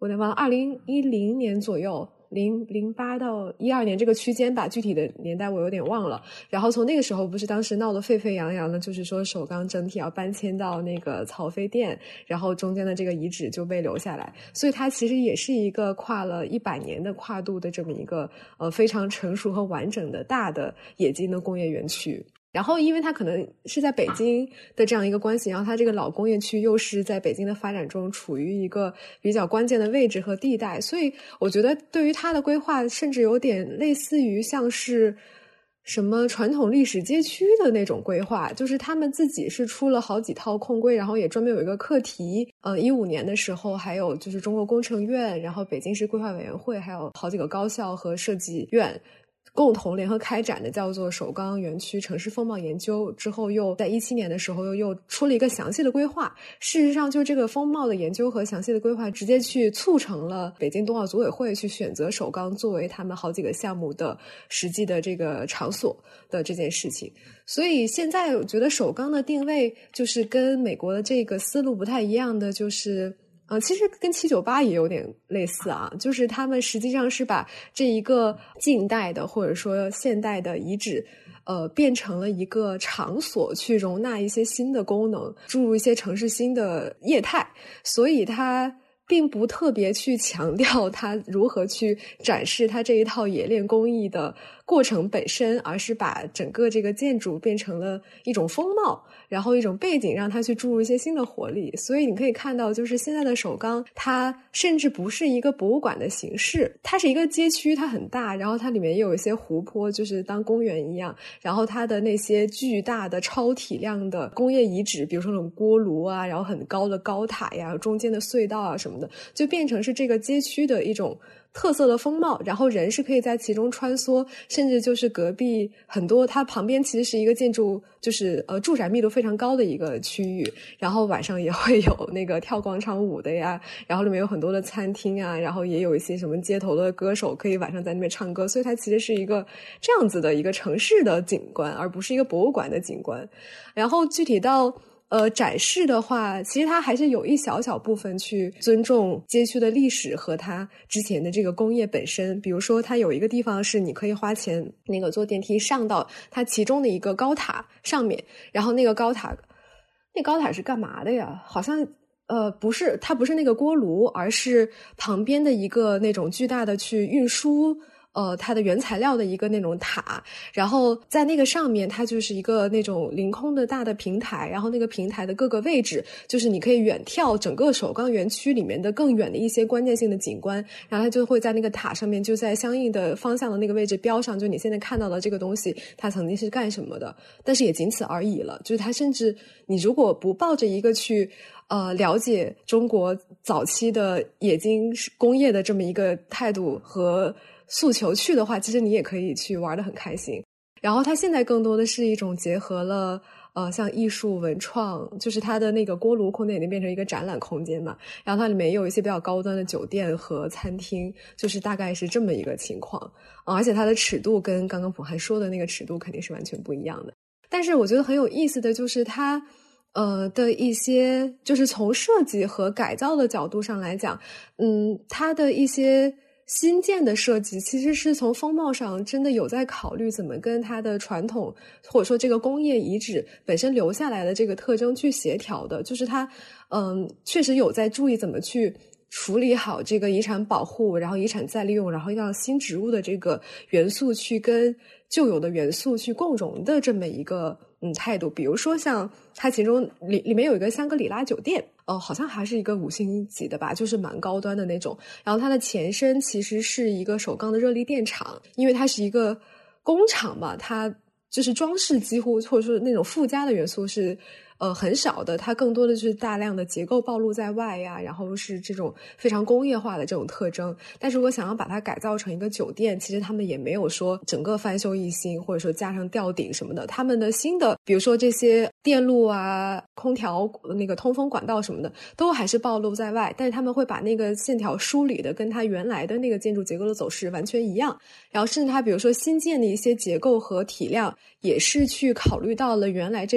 我有点忘了，2010年左右08到12年这个区间吧，具体的年代我有点忘了。然后从那个时候不是当时闹得沸沸扬扬的，就是说首钢整体要搬迁到那个曹妃甸，然后中间的这个遗址就被留下来，所以它其实也是一个跨了100年的跨度的这么一个非常成熟和完整的大的冶金的工业园区。然后因为它可能是在北京的这样一个关系，然后它这个老工业区又是在北京的发展中处于一个比较关键的位置和地带，所以我觉得对于它的规划甚至有点类似于像是什么传统历史街区的那种规划，就是他们自己是出了好几套控规，然后也专门有一个课题。15年的时候还有就是中国工程院，然后北京市规划委员会，还有好几个高校和设计院共同联合开展的叫做首钢园区城市风貌研究，之后又在17年的时候又出了一个详细的规划。事实上就这个风貌的研究和详细的规划直接去促成了北京冬奥组委会去选择首钢作为他们好几个项目的实际的这个场所的这件事情。所以现在我觉得首钢的定位就是跟美国的这个思路不太一样的，就是其实跟798也有点类似啊，就是他们实际上是把这一个近代的或者说现代的遗址变成了一个场所，去容纳一些新的功能，注入一些城市新的业态，所以它并不特别去强调它如何去展示它这一套冶炼工艺的过程本身，而是把整个这个建筑变成了一种风貌，然后一种背景，让它去注入一些新的活力。所以你可以看到就是现在的首钢它甚至不是一个博物馆的形式，它是一个街区，它很大，然后它里面也有一些湖泊，就是当公园一样，然后它的那些巨大的超体量的工业遗址，比如说那种锅炉啊，然后很高的高塔呀，中间的隧道啊什么的，就变成是这个街区的一种特色的风貌，然后人是可以在其中穿梭，甚至就是隔壁很多它旁边其实是一个建筑，就是住宅密度非常高的一个区域，然后晚上也会有那个跳广场舞的呀，然后里面有很多的餐厅啊，然后也有一些什么街头的歌手可以晚上在那边唱歌，所以它其实是一个这样子的一个城市的景观，而不是一个博物馆的景观。然后具体到展示的话，其实它还是有一小小部分去尊重街区的历史和它之前的这个工业本身。比如说它有一个地方是你可以花钱那个坐电梯上到它其中的一个高塔上面，然后那高塔是干嘛的呀？好像不是，它不是那个锅炉，而是旁边的一个那种巨大的去运输它的原材料的一个那种塔，然后在那个上面它就是一个那种凌空的大的平台，然后那个平台的各个位置就是你可以远眺整个首钢园区里面的更远的一些关键性的景观，然后它就会在那个塔上面就在相应的方向的那个位置标上，就你现在看到的这个东西它曾经是干什么的，但是也仅此而已了。就是它甚至你如果不抱着一个去了解中国早期的冶金工业的这么一个态度和诉求去的话，其实你也可以去玩得很开心。然后它现在更多的是一种结合了像艺术文创，就是它的那个锅炉空间已经变成一个展览空间嘛，然后它里面也有一些比较高端的酒店和餐厅，就是大概是这么一个情况而且它的尺度跟刚刚普涵说的那个尺度肯定是完全不一样的。但是我觉得很有意思的就是它的一些就是从设计和改造的角度上来讲，它的一些新建的设计其实是从风貌上真的有在考虑怎么跟它的传统或者说这个工业遗址本身留下来的这个特征去协调的，就是它确实有在注意怎么去处理好这个遗产保护，然后遗产再利用，然后让新植入的这个元素去跟旧有的元素去共融的这么一个态度。比如说像它其中里面有一个香格里拉酒店好像还是一个5星级的吧，就是蛮高端的那种，然后它的前身其实是一个首钢的热力电厂，因为它是一个工厂嘛，它就是装饰几乎或者说那种附加的元素是很少的，它更多的是大量的结构暴露在外呀，然后是这种非常工业化的这种特征。但是如果想要把它改造成一个酒店，其实他们也没有说整个翻修一新，或者说加上吊顶什么的，他们的新的比如说这些电路啊、空调那个通风管道什么的都还是暴露在外，但是他们会把那个线条梳理的跟它原来的那个建筑结构的走势完全一样，然后甚至它比如说新建的一些结构和体量也是去考虑到了原来这种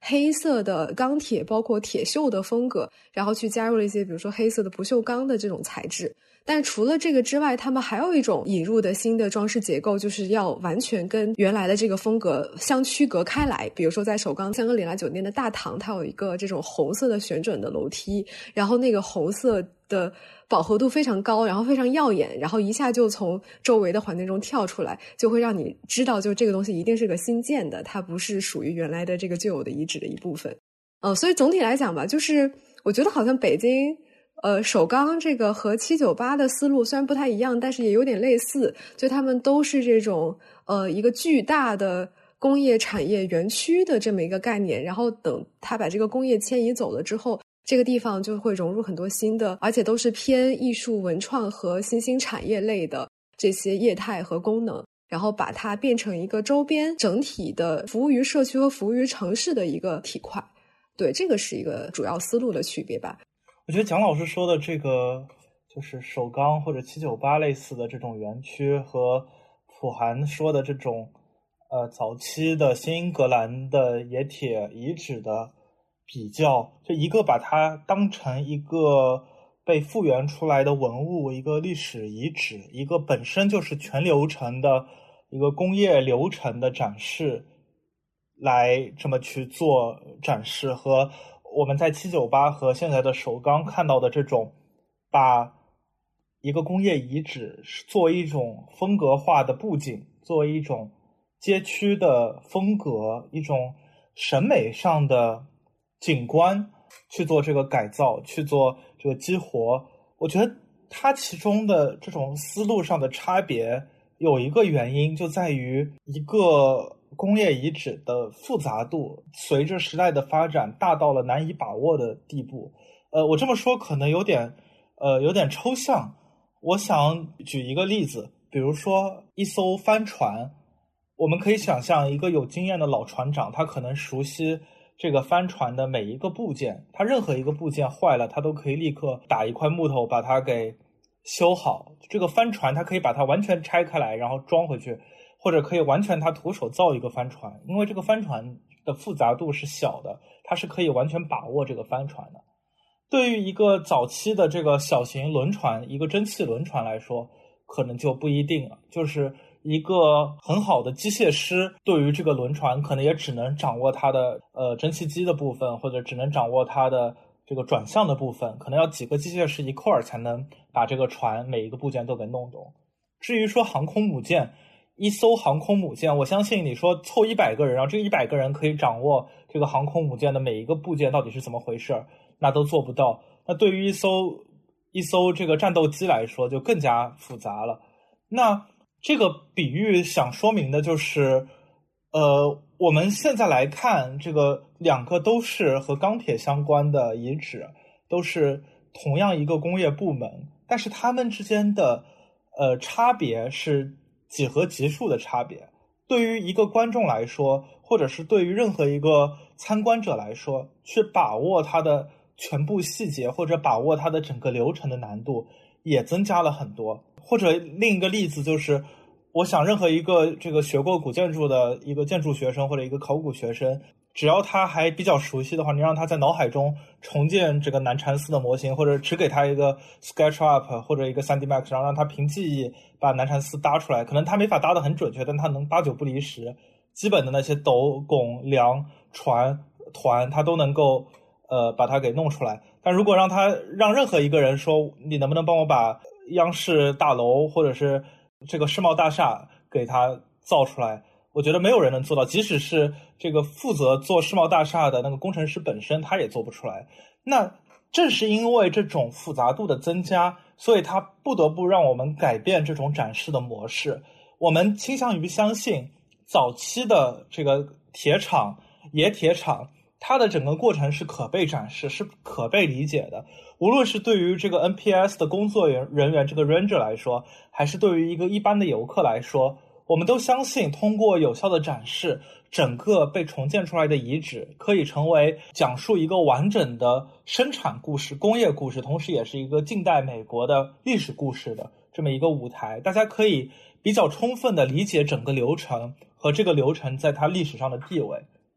黑色的钢铁包括铁锈的风格，然后去加入了一些比如说黑色的不锈钢的这种材质。但除了这个之外，他们还有一种引入的新的装饰结构，就是要完全跟原来的这个风格相区隔开来。比如说在首钢香格里拉酒店的大堂，它有一个这种红色的旋转的楼梯，然后那个红色的饱和度非常高，然后非常耀眼，然后一下就从周围的环境中跳出来，就会让你知道就这个东西一定是个新建的，它不是属于原来的这个旧有的遗址的一部分。所以总体来讲吧，就是我觉得好像北京首钢这个和798的思路虽然不太一样，但是也有点类似，就他们都是这种一个巨大的工业产业园区的这么一个概念，然后等他把这个工业迁移走了之后，这个地方就会融入很多新的，而且都是偏艺术文创和新兴产业类的这些业态和功能，然后把它变成一个周边整体的服务于社区和服务于城市的一个体块。对，这个是一个主要思路的区别吧。 我觉得蒋老师说的这个就是首钢或者798类似的这种园区，和普寒说的这种早期的新英格兰的冶铁遗址的比较，就一个把它当成一个被复原出来的文物，一个历史遗址，一个本身就是全流程的一个工业流程的展示来这么去做展示，和我们在798和现在的首钢看到的这种把一个工业遗址作为一种风格化的布景，作为一种街区的风格，一种审美上的景观去做这个改造，去做这个激活。我觉得它其中的这种思路上的差别有一个原因，就在于一个工业遗址的复杂度随着时代的发展大到了难以把握的地步。我这么说可能有点抽象，我想举一个例子，比如说一艘帆船，我们可以想象一个有经验的老船长，他可能熟悉这个帆船的每一个部件，他任何一个部件坏了，他都可以立刻打一块木头把它给修好。这个帆船他可以把它完全拆开来然后装回去，或者可以完全他徒手造一个帆船，因为这个帆船的复杂度是小的，他是可以完全把握这个帆船的。对于一个早期的这个小型轮船，一个蒸汽轮船来说，可能就不一定了，就是一个很好的机械师对于这个轮船可能也只能掌握它的蒸汽机的部分，或者只能掌握它的这个转向的部分，可能要几个机械师一块儿才能把这个船每一个部件都给弄懂。至于说航空母舰，一艘航空母舰，我相信你说凑100个人，然后这个100个人可以掌握这个航空母舰的每一个部件到底是怎么回事，那都做不到。那对于一艘这个战斗机来说就更加复杂了。那这个比喻想说明的就是我们现在来看，这个两个都是和钢铁相关的遗址，都是同样一个工业部门，但是它们之间的差别是几何级数的差别。对于一个观众来说，或者是对于任何一个参观者来说，去把握它的全部细节或者把握它的整个流程的难度也增加了很多。或者另一个例子就是，我想任何一个这个学过古建筑的一个建筑学生或者一个考古学生，只要他还比较熟悉的话，你让他在脑海中重建这个南禅寺的模型，或者只给他一个 SketchUp 或者一个 3D Max， 然后让他凭记忆把南禅寺搭出来，可能他没法搭得很准确，但他能8-9不离十，基本的那些斗拱梁船团他都能够把它给弄出来。但如果让任何一个人说你能不能帮我把央视大楼或者是这个世贸大厦给它造出来，我觉得没有人能做到，即使是这个负责做世贸大厦的那个工程师本身他也做不出来。那正是因为这种复杂度的增加，所以它不得不让我们改变这种展示的模式。我们倾向于相信早期的这个铁厂冶铁厂，它的整个过程是可被展示，是可被理解的。无论是对于这个 NPS 的工作人员这个 Ranger 来说，还是对于一个一般的游客来说，我们都相信通过有效的展示，整个被重建出来的遗址可以成为讲述一个完整的生产故事、工业故事，同时也是一个近代美国的历史故事的这么一个舞台。大家可以比较充分的理解整个流程和这个流程在它历史上的地位。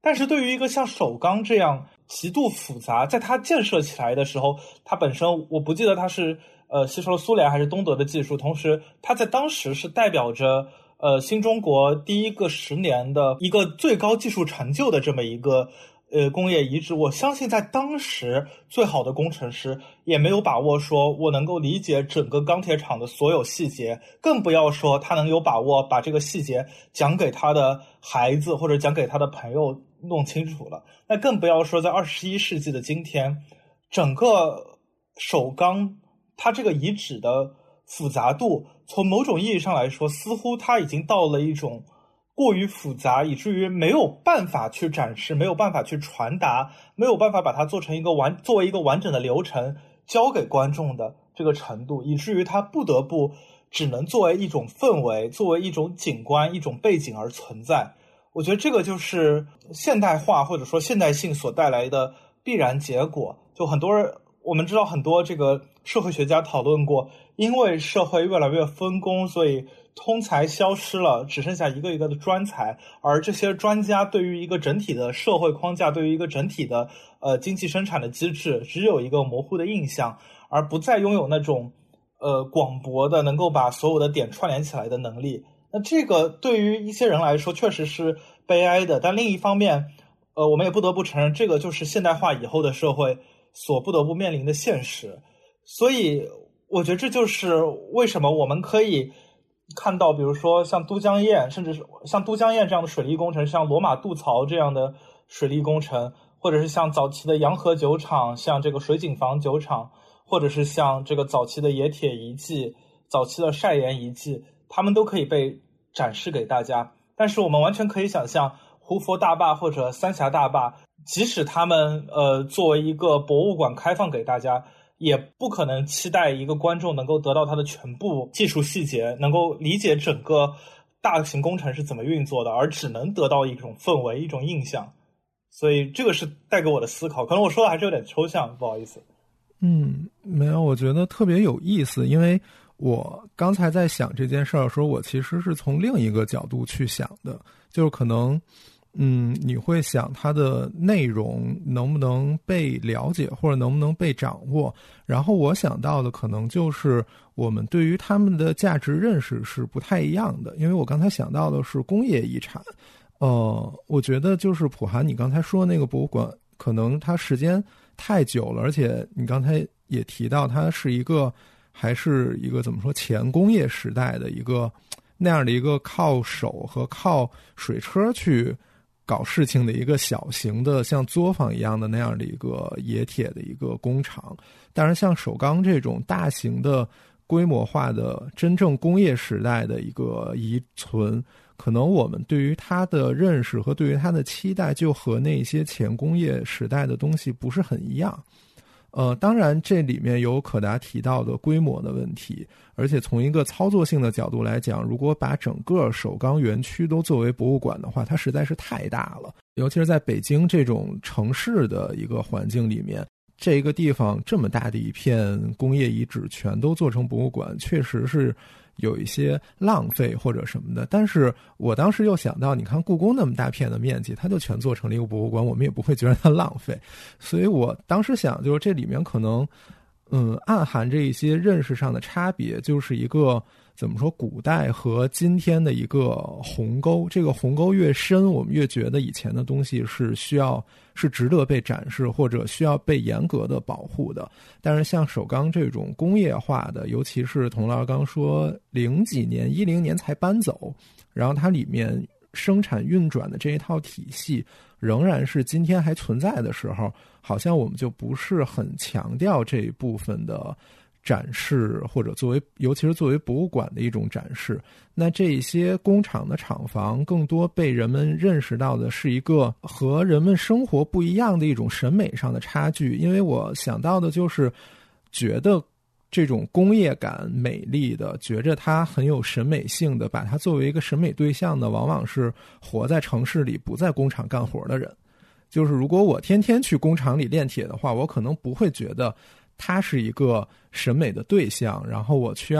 但是对于一个像首钢这样极度复杂，在它建设起来的时候，它本身我不记得它是吸收了苏联还是东德的技术，同时它在当时是代表着新中国第一个10年的一个最高技术成就的这么一个工业遗址。我相信在当时最好的工程师也没有把握说我能够理解整个钢铁厂的所有细节，更不要说他能有把握把这个细节讲给他的孩子或者讲给他的朋友弄清楚了。那更不要说在21世纪的今天，整个首钢它这个遗址的复杂度，从某种意义上来说，似乎它已经到了一种过于复杂，以至于没有办法去展示，没有办法去传达，没有办法把它做成作为一个完整的流程交给观众的这个程度，以至于它不得不只能作为一种氛围，作为一种景观，一种背景而存在。我觉得这个就是现代化或者说现代性所带来的必然结果。就很多人，我们知道很多这个社会学家讨论过，因为社会越来越分工，所以通才消失了，只剩下一个一个的专才，而这些专家对于一个整体的社会框架，对于一个整体的经济生产的机制，只有一个模糊的印象，而不再拥有那种广博的能够把所有的点串联起来的能力。那这个对于一些人来说确实是悲哀的，但另一方面我们也不得不承认，这个就是现代化以后的社会所不得不面临的现实。所以我觉得这就是为什么我们可以看到比如说像都江堰，甚至是像都江堰这样的水利工程，像罗马渡槽这样的水利工程，或者是像早期的洋河酒厂，像这个水井坊酒厂，或者是像这个早期的冶铁遗迹，早期的晒盐遗迹，他们都可以被展示给大家。但是我们完全可以想象胡佛大坝或者三峡大坝，即使他们作为一个博物馆开放给大家，也不可能期待一个观众能够得到它的全部技术细节，能够理解整个大型工程是怎么运作的，而只能得到一种氛围，一种印象。所以这个是带给我的思考，可能我说的还是有点抽象，不好意思。 没有，我觉得特别有意思，因为我刚才在想这件事儿的时候，我其实是从另一个角度去想的，就是可能你会想它的内容能不能被了解，或者能不能被掌握，然后我想到的可能就是我们对于他们的价值认识是不太一样的。因为我刚才想到的是工业遗产，我觉得就是普涵你刚才说那个博物馆可能它时间太久了，而且你刚才也提到它是一个还是一个怎么说前工业时代的一个那样的一个靠手和靠水车去搞事情的一个小型的像作坊一样的那样的一个冶铁的一个工厂。当然像首钢这种大型的规模化的真正工业时代的一个遗存，可能我们对于它的认识和对于它的期待就和那些前工业时代的东西不是很一样。当然这里面有可达提到的规模的问题，而且从一个操作性的角度来讲，如果把整个首钢园区都作为博物馆的话，它实在是太大了，尤其是在北京这种城市的一个环境里面，这个地方这么大的一片工业遗址全都做成博物馆，确实是有一些浪费或者什么的。但是我当时又想到，你看故宫那么大片的面积，它就全做成了一个博物馆，我们也不会觉得它浪费。所以我当时想，就是这里面可能暗含着一些认识上的差别，就是一个怎么说古代和今天的一个鸿沟。这个鸿沟越深，我们越觉得以前的东西是值得被展示或者需要被严格的保护的。但是像首钢这种工业化的，尤其是童老刚说10几年10年才搬走，然后它里面生产运转的这一套体系仍然是今天还存在的时候，好像我们就不是很强调这一部分的展示，或者尤其是作为博物馆的一种展示。那这些工厂的厂房更多被人们认识到的是一个和人们生活不一样的一种审美上的差距。因为我想到的就是觉得这种工业感美丽的，觉着它很有审美性的，把它作为一个审美对象的，往往是活在城市里不在工厂干活的人。就是如果我天天去工厂里炼铁的话，我可能不会觉得它是一个审美的对象，然后我需要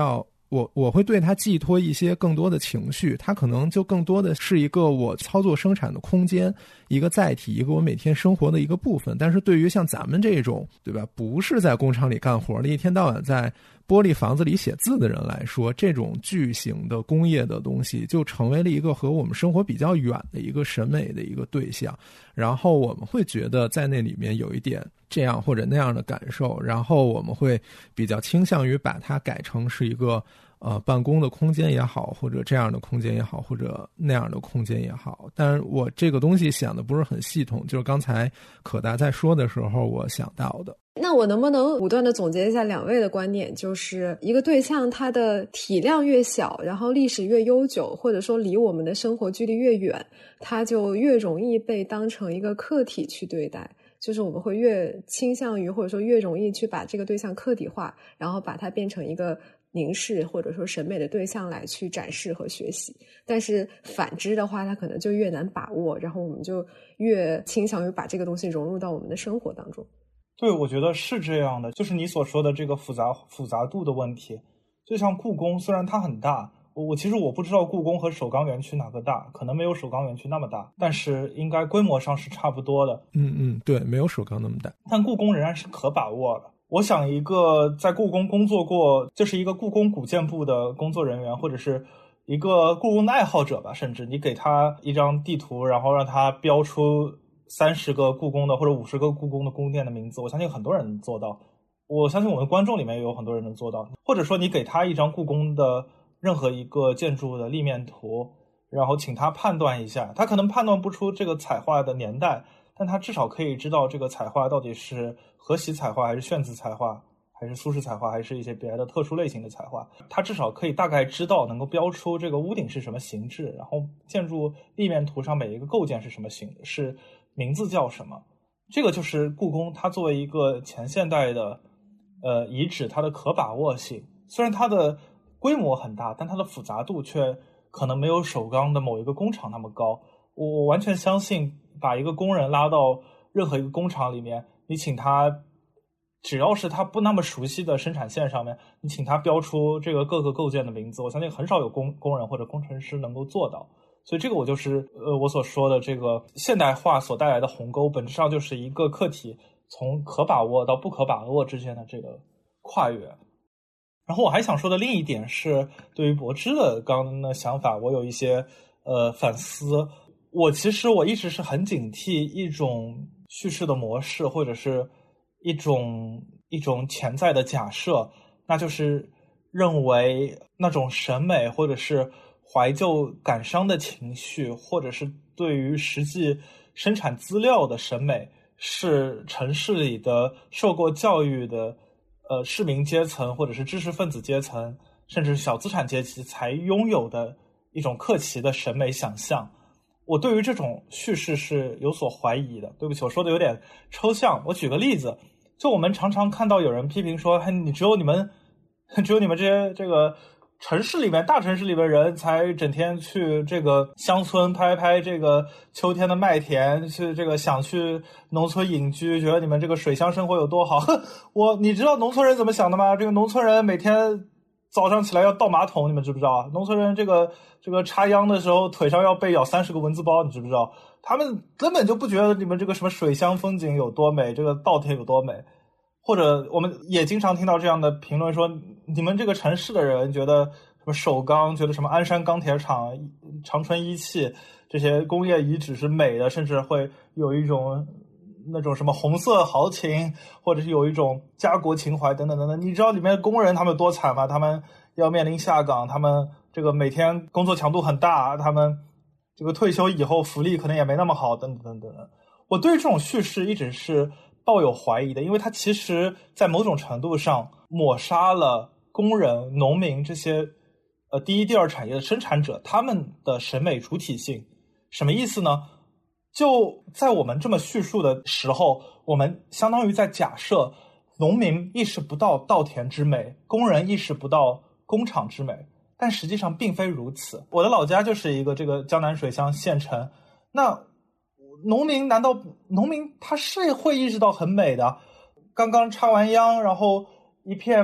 我会对它寄托一些更多的情绪，它可能就更多的是一个我操作生产的空间，一个载体，一个我每天生活的一个部分。但是对于像咱们这种，对吧，不是在工厂里干活的，一天到晚在玻璃房子里写字的人来说，这种巨型的工业的东西就成为了一个和我们生活比较远的一个审美的一个对象，然后我们会觉得在那里面有一点这样或者那样的感受，然后我们会比较倾向于把它改成是一个办公的空间也好，或者这样的空间也好，或者那样的空间也好。但是我这个东西想的不是很系统，就是刚才可达在说的时候我想到的。 那我能不能武断的总结一下两位的观点，就是一个对象它的体量越小，然后历史越悠久，或者说离我们的生活距离越远，它就越容易被当成一个客体去对待，就是我们会越倾向于或者说越容易去把这个对象客体化，然后把它变成一个凝视或者说审美的对象来去展示和学习。但是反之的话，它可能就越难把握，然后我们就越倾向于把这个东西融入到我们的生活当中。 对，我觉得是这样的，就是你所说的这个复杂度的问题。就像故宫，虽然它很大，其实我不知道故宫和首钢园区哪个大，可能没有首钢园区那么大，但是应该规模上是差不多的。 对，没有首钢那么大， 但故宫仍然是可把握的。我想一个在故宫工作过，就是一个故宫古建部的工作人员，或者是一个故宫的爱好者吧，甚至你给他一张地图，然后让他标出30个故宫的或者50个故宫的宫殿的名字，我相信很多人能做到，我相信我们观众里面也有很多人能做到。或者说你给他一张故宫的任何一个建筑的立面图，然后请他判断一下，他可能判断不出这个彩画的年代，但他至少可以知道这个彩画到底是荷西彩画还是炫字彩画还是苏式彩画还是一些别的特殊类型的彩画，他至少可以大概知道，能够标出这个屋顶是什么形制，然后建筑立面图上每一个构件是什么形，是名字叫什么。这个就是故宫它作为一个前现代的遗址，它的可把握性，虽然它的规模很大，但它的复杂度却可能没有首钢的某一个工厂那么高。我完全相信把一个工人拉到任何一个工厂里面，你请他，只要是他不那么熟悉的生产线上面，你请他标出这个各个构件的名字，我相信很少有工人或者工程师能够做到。所以这个我就是我所说的这个现代化所带来的鸿沟，本质上就是一个客体从可把握到不可把握之间的这个跨越。然后我还想说的另一点是，对于柏芝的刚刚的想法，我有一些反思。我一直是很警惕一种叙事的模式，或者是一种潜在的假设，那就是认为那种审美或者是怀旧感伤的情绪，或者是对于实际生产资料的审美，是城市里的受过教育的市民阶层或者是知识分子阶层，甚至小资产阶级才拥有的一种客奇的审美想象。我对于这种叙事是有所怀疑的。对不起，我说的有点抽象。我举个例子，就我们常常看到有人批评说，只有你们这个城市里面大城市里面人才整天去这个乡村拍这个秋天的麦田，去这个想去农村隐居，觉得你们这个水乡生活有多好。你知道农村人怎么想的吗？这个农村人每天早上起来要倒马桶，你们知不知道？农村人这个插秧的时候腿上要被咬30个蚊子包，你知不知道？他们根本就不觉得你们这个什么水乡风景有多美，这个稻田有多美。或者我们也经常听到这样的评论说，你们这个城市的人觉得什么首钢，觉得什么鞍山钢铁厂、长春一汽这些工业遗址是美的，甚至会有一种那种什么红色豪情，或者是有一种家国情怀等等等等。你知道里面工人他们多惨吗？他们要面临下岗，他们这个每天工作强度很大，他们这个退休以后福利可能也没那么好，等等等等。我对这种叙事一直是抱有怀疑的，因为它其实在某种程度上抹杀了工人、农民这些第一、第二产业的生产者他们的审美主体性。什么意思呢？就在我们这么叙述的时候，我们相当于在假设农民意识不到稻田之美，工人意识不到工厂之美，但实际上并非如此。我的老家就是一个这个江南水乡县城，那农民他是会意识到很美的，刚刚插完秧，然后一片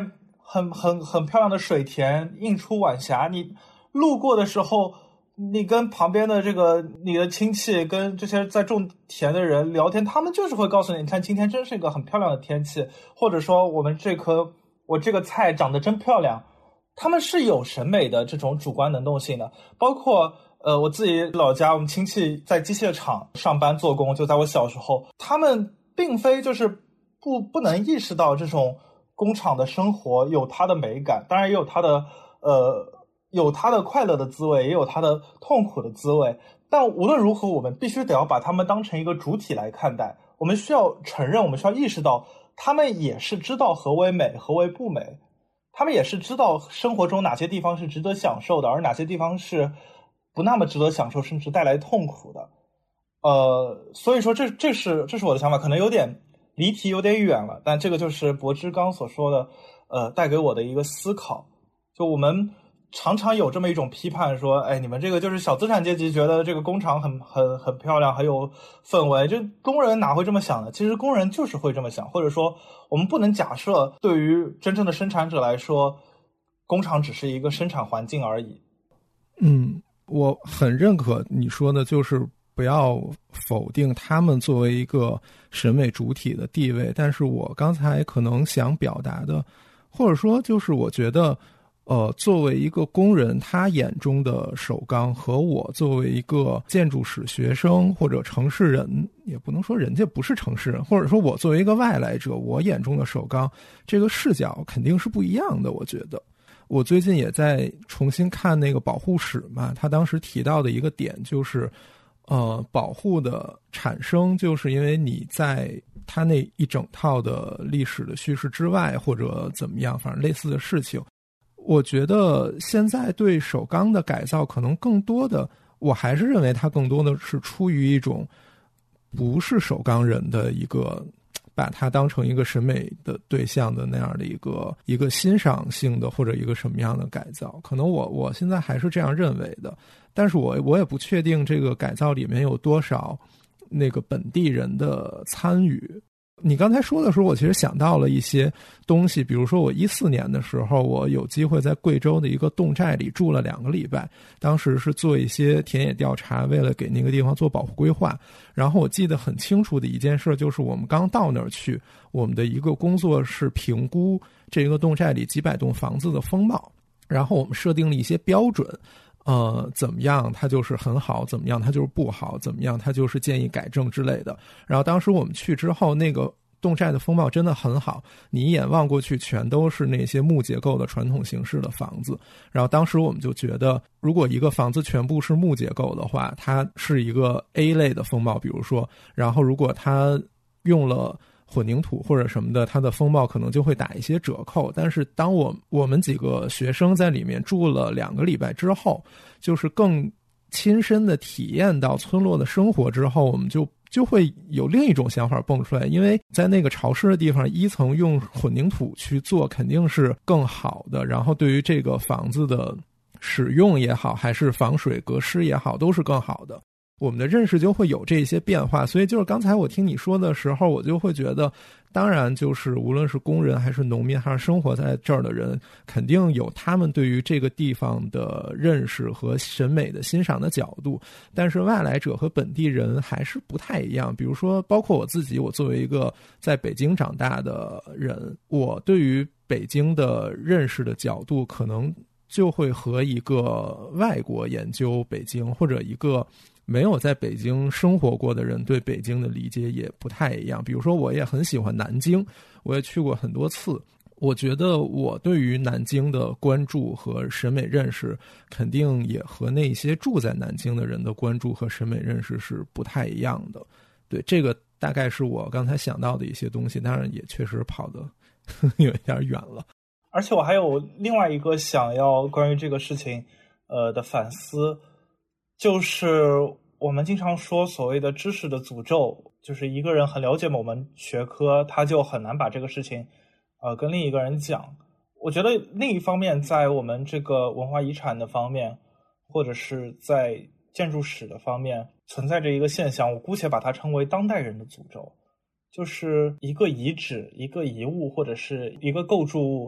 很漂亮的水田映出晚霞，你路过的时候，你跟旁边的你的亲戚跟这些在种田的人聊天，他们就是会告诉你，你看今天真是一个很漂亮的天气，或者说我这个菜长得真漂亮，他们是有审美的这种主观能动性的。包括我自己老家，我们亲戚在机械厂上班做工，就在我小时候，他们并非就是不能意识到这种工厂的生活有它的美感，当然也有它的快乐的滋味，也有它的痛苦的滋味。但无论如何，我们必须得要把他们当成一个主体来看待。我们需要承认，我们需要意识到，他们也是知道何为美，何为不美。他们也是知道生活中哪些地方是值得享受的，而哪些地方是不那么值得享受，甚至带来痛苦的。所以说这是我的想法，可能有点离题，有点远了，但这个就是柏芝刚所说的，带给我的一个思考。就我们常常有这么一种批判说，哎，你们这个就是小资产阶级觉得这个工厂很漂亮，很有氛围，这工人哪会这么想呢？其实工人就是会这么想，或者说我们不能假设对于真正的生产者来说，工厂只是一个生产环境而已。 我很认可你说的，就是不要否定他们作为一个审美主体的地位，但是我刚才可能想表达的，或者说就是我觉得作为一个工人，他眼中的首钢和我作为一个建筑史学生或者城市人，也不能说人家不是城市人，或者说我作为一个外来者，我眼中的首钢，这个视角肯定是不一样的。我觉得我最近也在重新看那个保护史嘛，他当时提到的一个点就是保护的产生就是因为你在他那一整套的历史的叙事之外，或者怎么样，反正类似的事情。我觉得现在对首钢的改造可能更多的，我还是认为它更多的是出于一种不是首钢人的一个把它当成一个审美的对象的那样的一个欣赏性的或者一个什么样的改造，可能我现在还是这样认为的。但是我也不确定这个改造里面有多少那个本地人的参与。你刚才说的时候，我其实想到了一些东西，比如说我14年的时候，我有机会在贵州的一个侗寨里住了2个礼拜，当时是做一些田野调查，为了给那个地方做保护规划。然后我记得很清楚的一件事，就是我们刚到那儿去，我们的一个工作是评估这个侗寨里几百栋房子的风貌，然后我们设定了一些标准，怎么样它就是很好，怎么样它就是不好，怎么样它就是建议改正之类的。然后当时我们去之后，那个侗寨的风貌真的很好，你一眼望过去全都是那些木结构的传统形式的房子。然后当时我们就觉得，如果一个房子全部是木结构的话，它是一个 A 类的风貌，比如说，然后如果它用了混凝土或者什么的，它的风貌可能就会打一些折扣。但是当我们几个学生在里面住了2个礼拜之后，就是更亲身的体验到村落的生活之后，我们就会有另一种想法蹦出来。因为在那个潮湿的地方，一层用混凝土去做肯定是更好的，然后对于这个房子的使用也好，还是防水隔湿也好，都是更好的。我们的认识就会有这些变化。所以就是刚才我听你说的时候，我就会觉得，当然就是无论是工人还是农民还是生活在这儿的人，肯定有他们对于这个地方的认识和审美的欣赏的角度，但是外来者和本地人还是不太一样。比如说包括我自己，我作为一个在北京长大的人，我对于北京的认识的角度可能就会和一个外国研究北京或者一个没有在北京生活过的人对北京的理解也不太一样。比如说我也很喜欢南京，我也去过很多次，我觉得我对于南京的关注和审美认识肯定也和那些住在南京的人的关注和审美认识是不太一样的。对，这个大概是我刚才想到的一些东西，当然也确实跑得有一点远了。 而且我还有另外一个想要关于这个事情的反思，就是我们经常说所谓的知识的诅咒，就是一个人很了解某门学科，他就很难把这个事情跟另一个人讲。我觉得另一方面，在我们这个文化遗产的方面，或者是在建筑史的方面，存在着一个现象，我姑且把它称为当代人的诅咒。就是一个遗址、一个遗物或者是一个构筑物，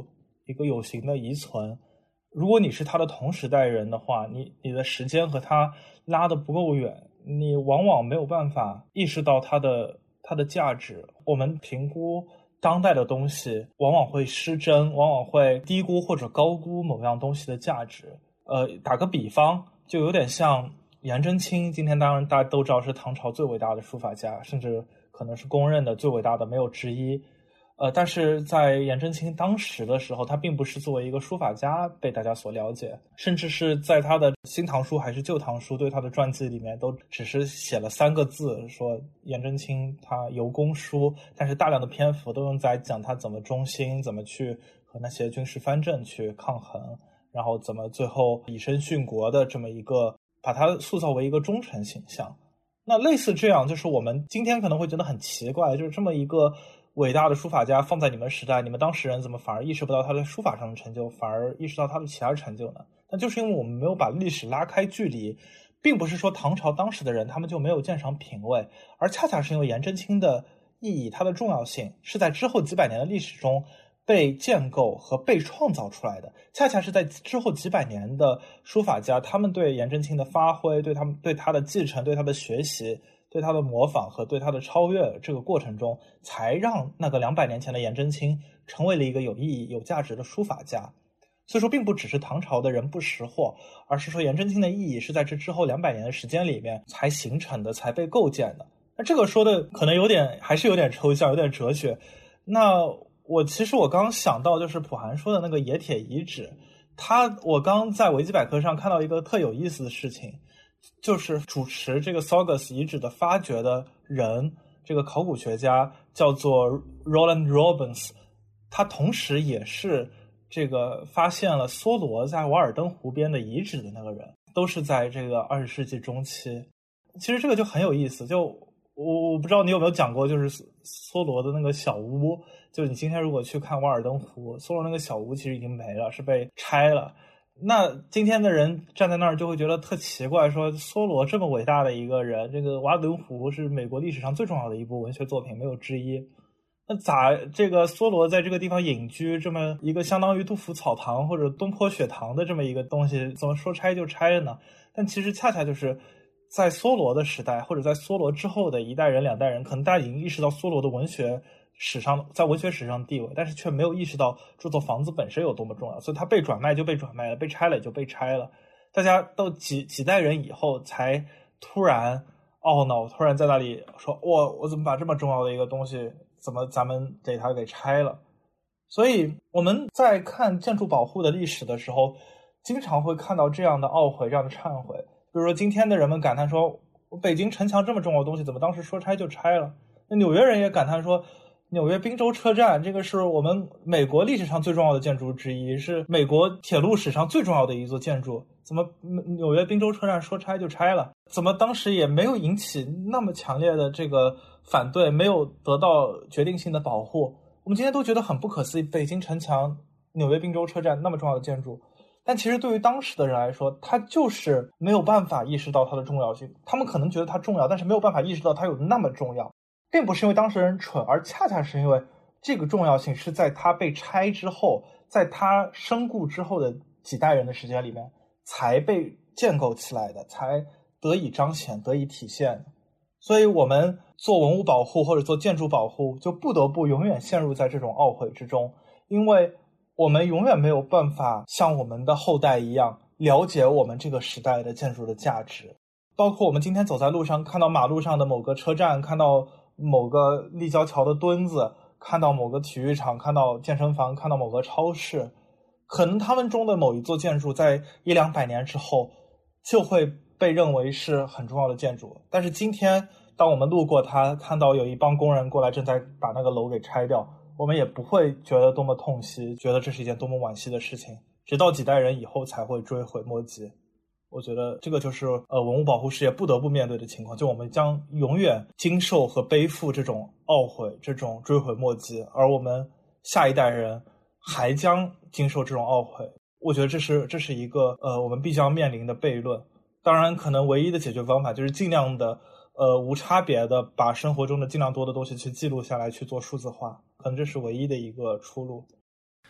一个有形的遗存。如果你是他的同时代人的话，你的时间和他拉得不够远，你往往没有办法意识到它的价值。我们评估当代的东西往往会失真，往往会低估或者高估某样东西的价值。打个比方，就有点像颜真卿，今天当然大家都知道是唐朝最伟大的书法家，甚至可能是公认的最伟大的没有之一。但是在颜真卿当时的时候，他并不是作为一个书法家被大家所了解，甚至是在他的新唐书还是旧唐书对他的传记里面都只是写了3个字，说颜真卿他游攻书，但是大量的篇幅都用在讲他怎么忠心，怎么去和那些军事藩镇去抗衡，然后怎么最后以身殉国的这么一个，把他塑造为一个忠臣形象。那类似这样，就是我们今天可能会觉得很奇怪，就是这么一个伟大的书法家放在你们时代，你们当时人怎么反而意识不到他的书法上的成就，反而意识到他的其他成就呢？那就是因为我们没有把历史拉开距离，并不是说唐朝当时的人他们就没有鉴赏品味，而恰恰是因为颜真卿的意义，它的重要性是在之后几百年的历史中被建构和被创造出来的，恰恰是在之后几百年的书法家他们对颜真卿的发挥，对他的继承，对他的学习，对他的模仿和对他的超越这个过程中，才让那个200年前的颜真卿成为了一个有意义有价值的书法家。所以说并不只是唐朝的人不识货，而是说颜真卿的意义是在这之后200年的时间里面才形成的，才被构建的。那这个说的可能还是有点抽象，有点哲学。那其实我刚想到就是普寒说的那个冶铁遗址，我刚在维基百科上看到一个特有意思的事情，就是主持这个 Saugus 遗址的发掘的人，这个考古学家叫做 Roland Robbins， 他同时也是这个发现了梭罗在瓦尔登湖边的遗址的那个人，都是在这个20世纪中期。其实这个就很有意思，就我不知道你有没有讲过，就是梭罗的那个小屋，就你今天如果去看瓦尔登湖，梭罗那个小屋其实已经没了，是被拆了。那今天的人站在那儿就会觉得特奇怪，说梭罗这么伟大的一个人，这个瓦尔登湖是美国历史上最重要的一部文学作品，没有之一。那咋这个梭罗在这个地方隐居，这么一个相当于杜甫草堂或者东坡雪堂的这么一个东西，怎么说拆就拆了呢？但其实恰恰就是在梭罗的时代，或者在梭罗之后的一代人、2代人，可能大家已经意识到梭罗的文学史上，在文学史上的地位，但是却没有意识到这座房子本身有多么重要，所以它被转卖就被转卖了，被拆了也就被拆了。大家到几代人以后才突然懊恼，突然在那里说我怎么把这么重要的一个东西怎么咱们给它给拆了。所以我们在看建筑保护的历史的时候，经常会看到这样的懊悔，这样的忏悔。比如说今天的人们感叹说，北京城墙这么重要的东西怎么当时说拆就拆了。那纽约人也感叹说，纽约宾州车站这个是我们美国历史上最重要的建筑之一，是美国铁路史上最重要的一座建筑，怎么纽约宾州车站说拆就拆了？怎么当时也没有引起那么强烈的这个反对，没有得到决定性的保护？我们今天都觉得很不可思议，北京城墙、纽约宾州车站那么重要的建筑，但其实对于当时的人来说，他就是没有办法意识到它的重要性。他们可能觉得它重要，但是没有办法意识到它有那么重要，并不是因为当时人蠢，而恰恰是因为这个重要性是在它被拆之后，在它身故之后的几代人的时间里面才被建构起来的，才得以彰显，得以体现。所以我们做文物保护或者做建筑保护，就不得不永远陷入在这种懊悔之中，因为我们永远没有办法像我们的后代一样了解我们这个时代的建筑的价值。包括我们今天走在路上，看到马路上的某个车站，看到某个立交桥的墩子，看到某个体育场，看到健身房，看到某个超市，可能他们中的某一座建筑在100-200年之后就会被认为是很重要的建筑。但是今天当我们路过它，看到有一帮工人过来正在把那个楼给拆掉，我们也不会觉得多么痛惜，觉得这是一件多么惋惜的事情，直到几代人以后才会追悔莫及。我觉得这个就是文物保护事业不得不面对的情况，就我们将永远经受和背负这种懊悔，这种追悔莫及，而我们下一代人还将经受这种懊悔。我觉得这是一个我们必将面临的悖论。当然可能唯一的解决方法就是尽量的无差别的把生活中的尽量多的东西去记录下来，去做数字化，可能这是唯一的一个出路。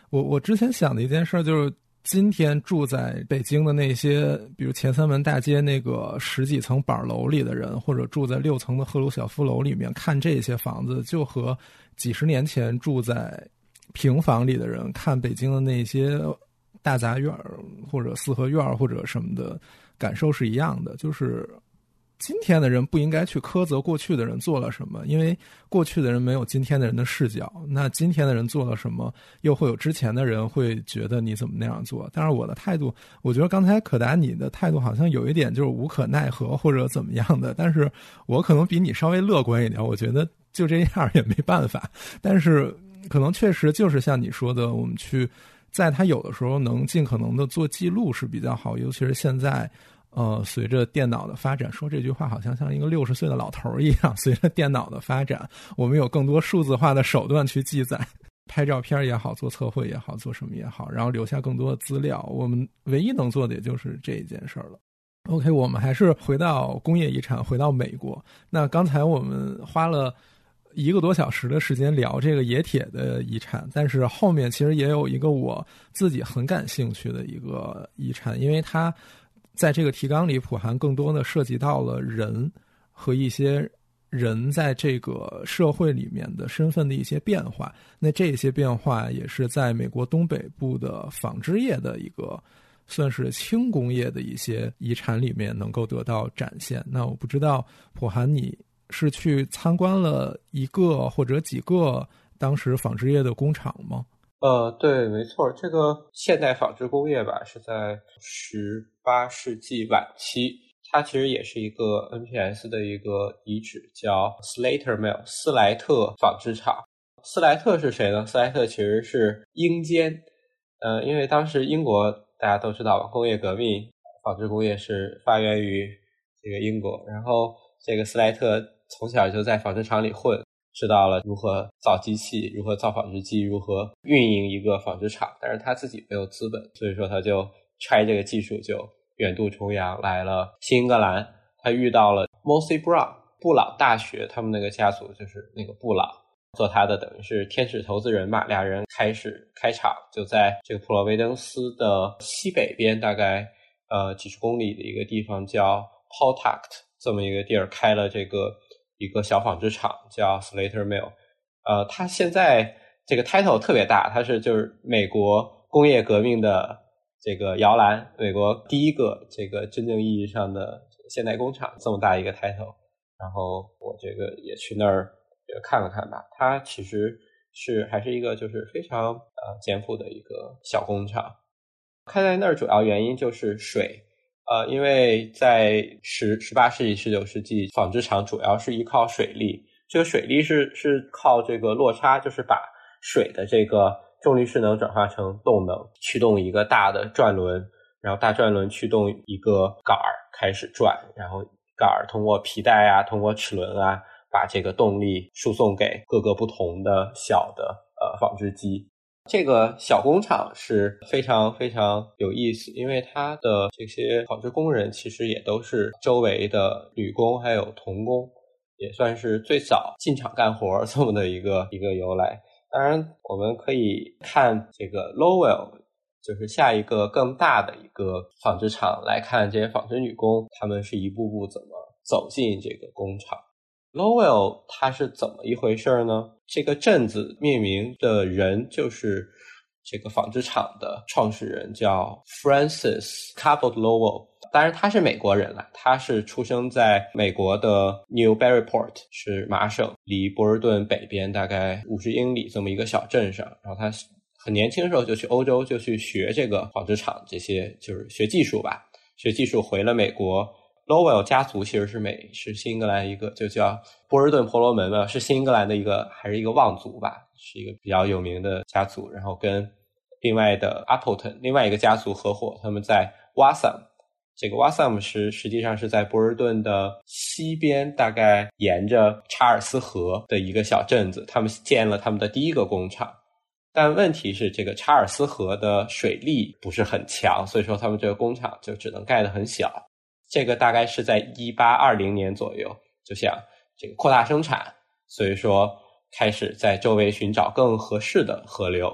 我之前想的一件事就是，今天住在北京的那些，比如前三门大街那个10几层板楼里的人，或者住在6层的赫鲁晓夫楼里面，看这些房子，就和几十年前住在平房里的人看北京的那些大杂院或者四合院或者什么的感受是一样的，就是今天的人不应该去苛责过去的人做了什么，因为过去的人没有今天的人的视角，那今天的人做了什么，又会有之前的人会觉得你怎么那样做。但是我的态度，我觉得刚才可达你的态度好像有一点就是无可奈何或者怎么样的，但是我可能比你稍微乐观一点，我觉得就这样也没办法。但是可能确实就是像你说的，我们去在他有的时候能尽可能的做记录是比较好，尤其是现在随着电脑的发展，说这句话好像像一个60岁的老头一样，随着电脑的发展，我们有更多数字化的手段去记载，拍照片也好，做测绘也好，做什么也好，然后留下更多的资料，我们唯一能做的也就是这一件事儿了。OK， 我们还是回到工业遗产，回到美国。那刚才我们花了1个多小时的时间聊这个冶铁的遗产，但是后面其实也有一个我自己很感兴趣的一个遗产，因为它在这个提纲里，普涵更多的涉及到了人和一些人在这个社会里面的身份的一些变化。那这些变化也是在美国东北部的纺织业的一个算是轻工业的一些遗产里面能够得到展现。那我不知道普涵你是去参观了一个或者几个当时纺织业的工厂吗？ 对，没错，这个现代纺织工业吧，是在18世纪晚期，它其实也是一个 NPS 的一个遗址，叫 Slater Mill 斯莱特纺织厂。斯莱特是谁呢？斯莱特其实是英奸，因为当时英国大家都知道工业革命，纺织工业是发源于这个英国，然后这个斯莱特从小就在纺织厂里混，知道了如何造机器，如何造纺织机，如何运营一个纺织厂，但是他自己没有资本，所以说他就揣这个技术就远渡重洋来了新英格兰。他遇到了 Mosey Brown 布朗大学，他们那个家族就是那个布朗做他的等于是天使投资人嘛，俩人开始开厂，就在这个普罗维登斯的西北边大概几十公里的一个地方叫 Pawtucket 这么一个地儿开了这个一个小纺织厂叫 Slater Mill。它现在这个 title 特别大，它是就是美国工业革命的这个摇篮，美国第一个这个真正意义上的现代工厂，这么大一个 title。然后我这个也去那儿看了看吧，它其实是还是一个就是非常简朴的一个小工厂。开在那儿主要原因就是水。因为在18世纪19世纪纺织厂主要是依靠水力，这个水力是靠这个落差，就是把水的这个重力势能转化成动能，驱动一个大的转轮，然后大转轮驱动一个杆儿开始转，然后杆儿通过皮带啊，通过齿轮啊，把这个动力输送给各个不同的小的纺织机。这个小工厂是非常非常有意思，因为它的这些纺织工人其实也都是周围的女工还有童工，也算是最早进厂干活这么的一个由来。当然我们可以看这个 Lowell， 就是下一个更大的一个纺织厂来看这些纺织女工她们是一步步怎么走进这个工厂。Lowell 它是怎么一回事呢？这个镇子命名的人就是这个纺织厂的创始人，叫 Francis Cabot Lowell。当然他是美国人了，他是出生在美国的 Newburyport， 是麻省，离波士顿北边大概50英里这么一个小镇上。然后他很年轻的时候就去欧洲，就去学这个纺织厂，这些就是学技术吧，学技术回了美国。Lowell 家族其实是新英格兰一个就叫波士顿婆罗门嘛，是新英格兰的一个还是一个望族吧，是一个比较有名的家族，然后跟另外的 Appleton 另外一个家族合伙，他们在 Waltham， 这个 Waltham 实际上是在波士顿的西边，大概沿着查尔斯河的一个小镇子，他们建了他们的第一个工厂。但问题是这个查尔斯河的水力不是很强，所以说他们这个工厂就只能盖得很小。这个大概是在1820年左右，就想这个扩大生产，所以说开始在周围寻找更合适的河流。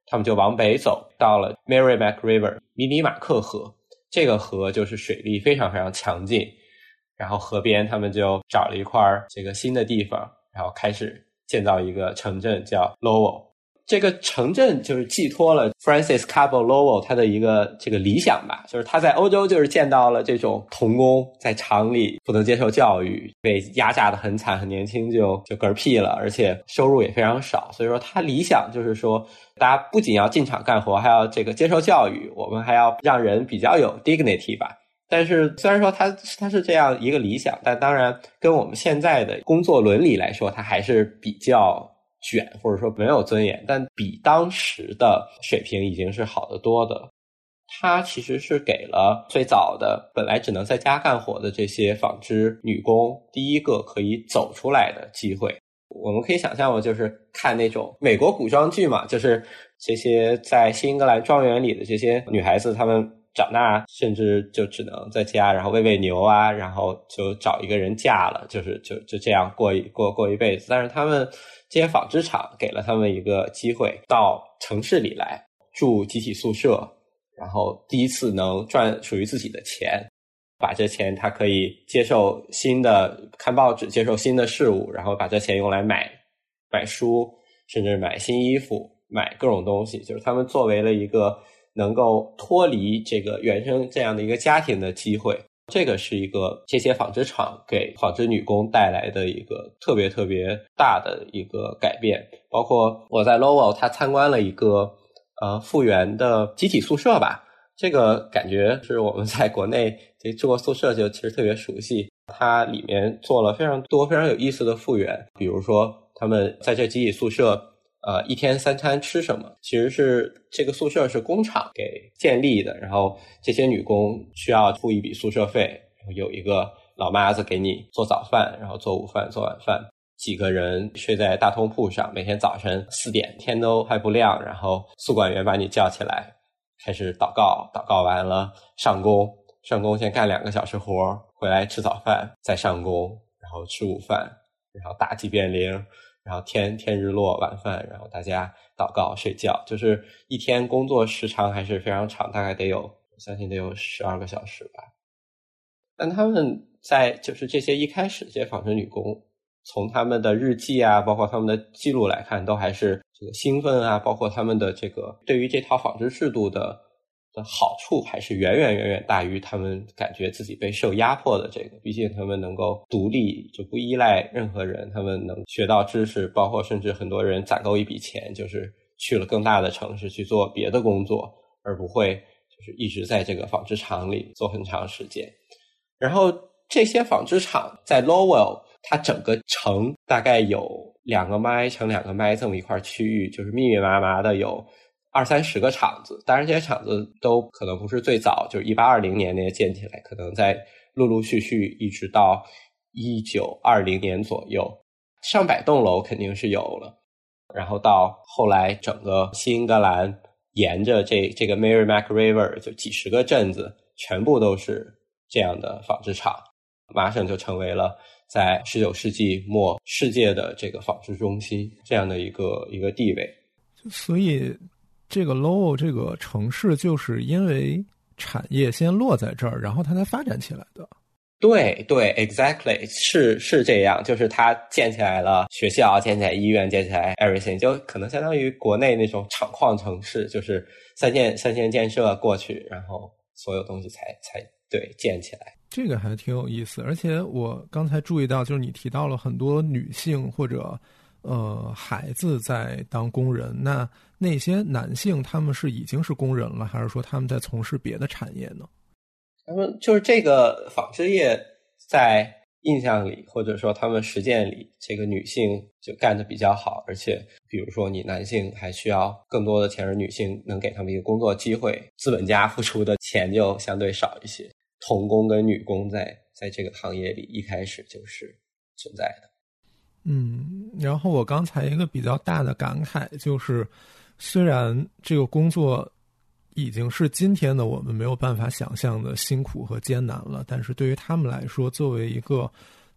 他们就往北走，到了 Merrimack River 米尼马克河，这个河就是水力非常非常强劲，然后河边他们就找了一块这个新的地方，然后开始建造一个城镇叫 Lowell。这个城镇就是寄托了 Francis Cabot Lowell 他的一个这个理想吧，就是他在欧洲就是见到了这种童工在厂里不能接受教育，被压榨得很惨，很年轻就嗝屁了，而且收入也非常少，所以说他理想就是说大家不仅要进厂干活，还要这个接受教育，我们还要让人比较有 dignity 吧。但是虽然说他是这样一个理想，但当然跟我们现在的工作伦理来说，他还是比较卷，或者说没有尊严，但比当时的水平已经是好得多的。他其实是给了最早的本来只能在家干活的这些纺织女工第一个可以走出来的机会。我们可以想象我就是看那种美国古装剧嘛，就是这些在新英格兰庄园里的这些女孩子，她们长大甚至就只能在家然后喂喂牛啊，然后就找一个人嫁了，就这样过一辈子。但是他们这些纺织厂给了他们一个机会，到城市里来住集体宿舍，然后第一次能赚属于自己的钱，把这钱他可以接受新的看报纸，接受新的事物，然后把这钱用来买书，甚至买新衣服，买各种东西，就是他们作为了一个能够脱离这个原生这样的一个家庭的机会。这个是一个这些纺织厂给纺织女工带来的一个特别特别大的一个改变。包括我在 Lowell 他参观了一个复原的集体宿舍吧，这个感觉是我们在国内这住过宿舍就其实特别熟悉。它里面做了非常多非常有意思的复原，比如说他们在这集体宿舍一天3餐吃什么，其实是这个宿舍是工厂给建立的，然后这些女工需要付一笔宿舍费，有一个老妈子给你做早饭，然后做午饭做晚饭，几个人睡在大通铺上，每天早晨4点天都还不亮，然后宿管员把你叫起来开始祷告完了上工先干2个小时活，回来吃早饭，再上工，然后吃午饭，然后打几遍铃，然后天日落晚饭，然后大家祷告睡觉，就是一天工作时长还是非常长，大概我相信得有12个小时吧。但他们在就是这些一开始这些纺织女工，从他们的日记啊，包括他们的记录来看，都还是这个兴奋啊，包括他们的这个对于这套纺织制度的好处还是远远大于他们感觉自己被受压迫的这个。毕竟他们能够独立，就不依赖任何人，他们能学到知识，包括甚至很多人攒够一笔钱，就是去了更大的城市去做别的工作，而不会就是一直在这个纺织厂里做很长时间。然后这些纺织厂在 Lowell 它整个城大概有2个麦乘2个麦这么一块区域，就是密密麻麻的有20-30个厂子。当然这些厂子都可能不是最早，就是1820年那些建起来，可能在陆陆续续一直到1920年左右，上百栋楼肯定是有了。然后到后来整个新英格兰沿着这个 Merrimack River 就几十个镇子全部都是这样的纺织厂，麻省就成为了在19世纪末世界的这个纺织中心这样的一个地位。 所以这个 Lowell 这个城市就是因为产业先落在这儿，然后它才发展起来的。 对 exactly 是这样，就是它建起来了学校，建起来医院，建起来 everything， 就可能相当于国内那种厂矿城市，就是三线建设过去，然后所有东西才对建起来。 这个还挺有意思。而且我刚才注意到，就是你提到了很多女性或者孩子在当工人，那些男性他们是已经是工人了，还是说他们在从事别的产业呢？ 他们就是这个纺织业在印象里或者说他们实践里，这个女性就干得比较好，而且比如说你男性还需要更多的钱，而女性能给他们一个工作机会，资本家付出的钱就相对少一些。童工跟女工在这个行业里一开始就是存在的。 然后我刚才一个比较大的感慨就是，虽然这个工作已经是今天的我们没有办法想象的辛苦和艰难了，但是对于他们来说，作为一个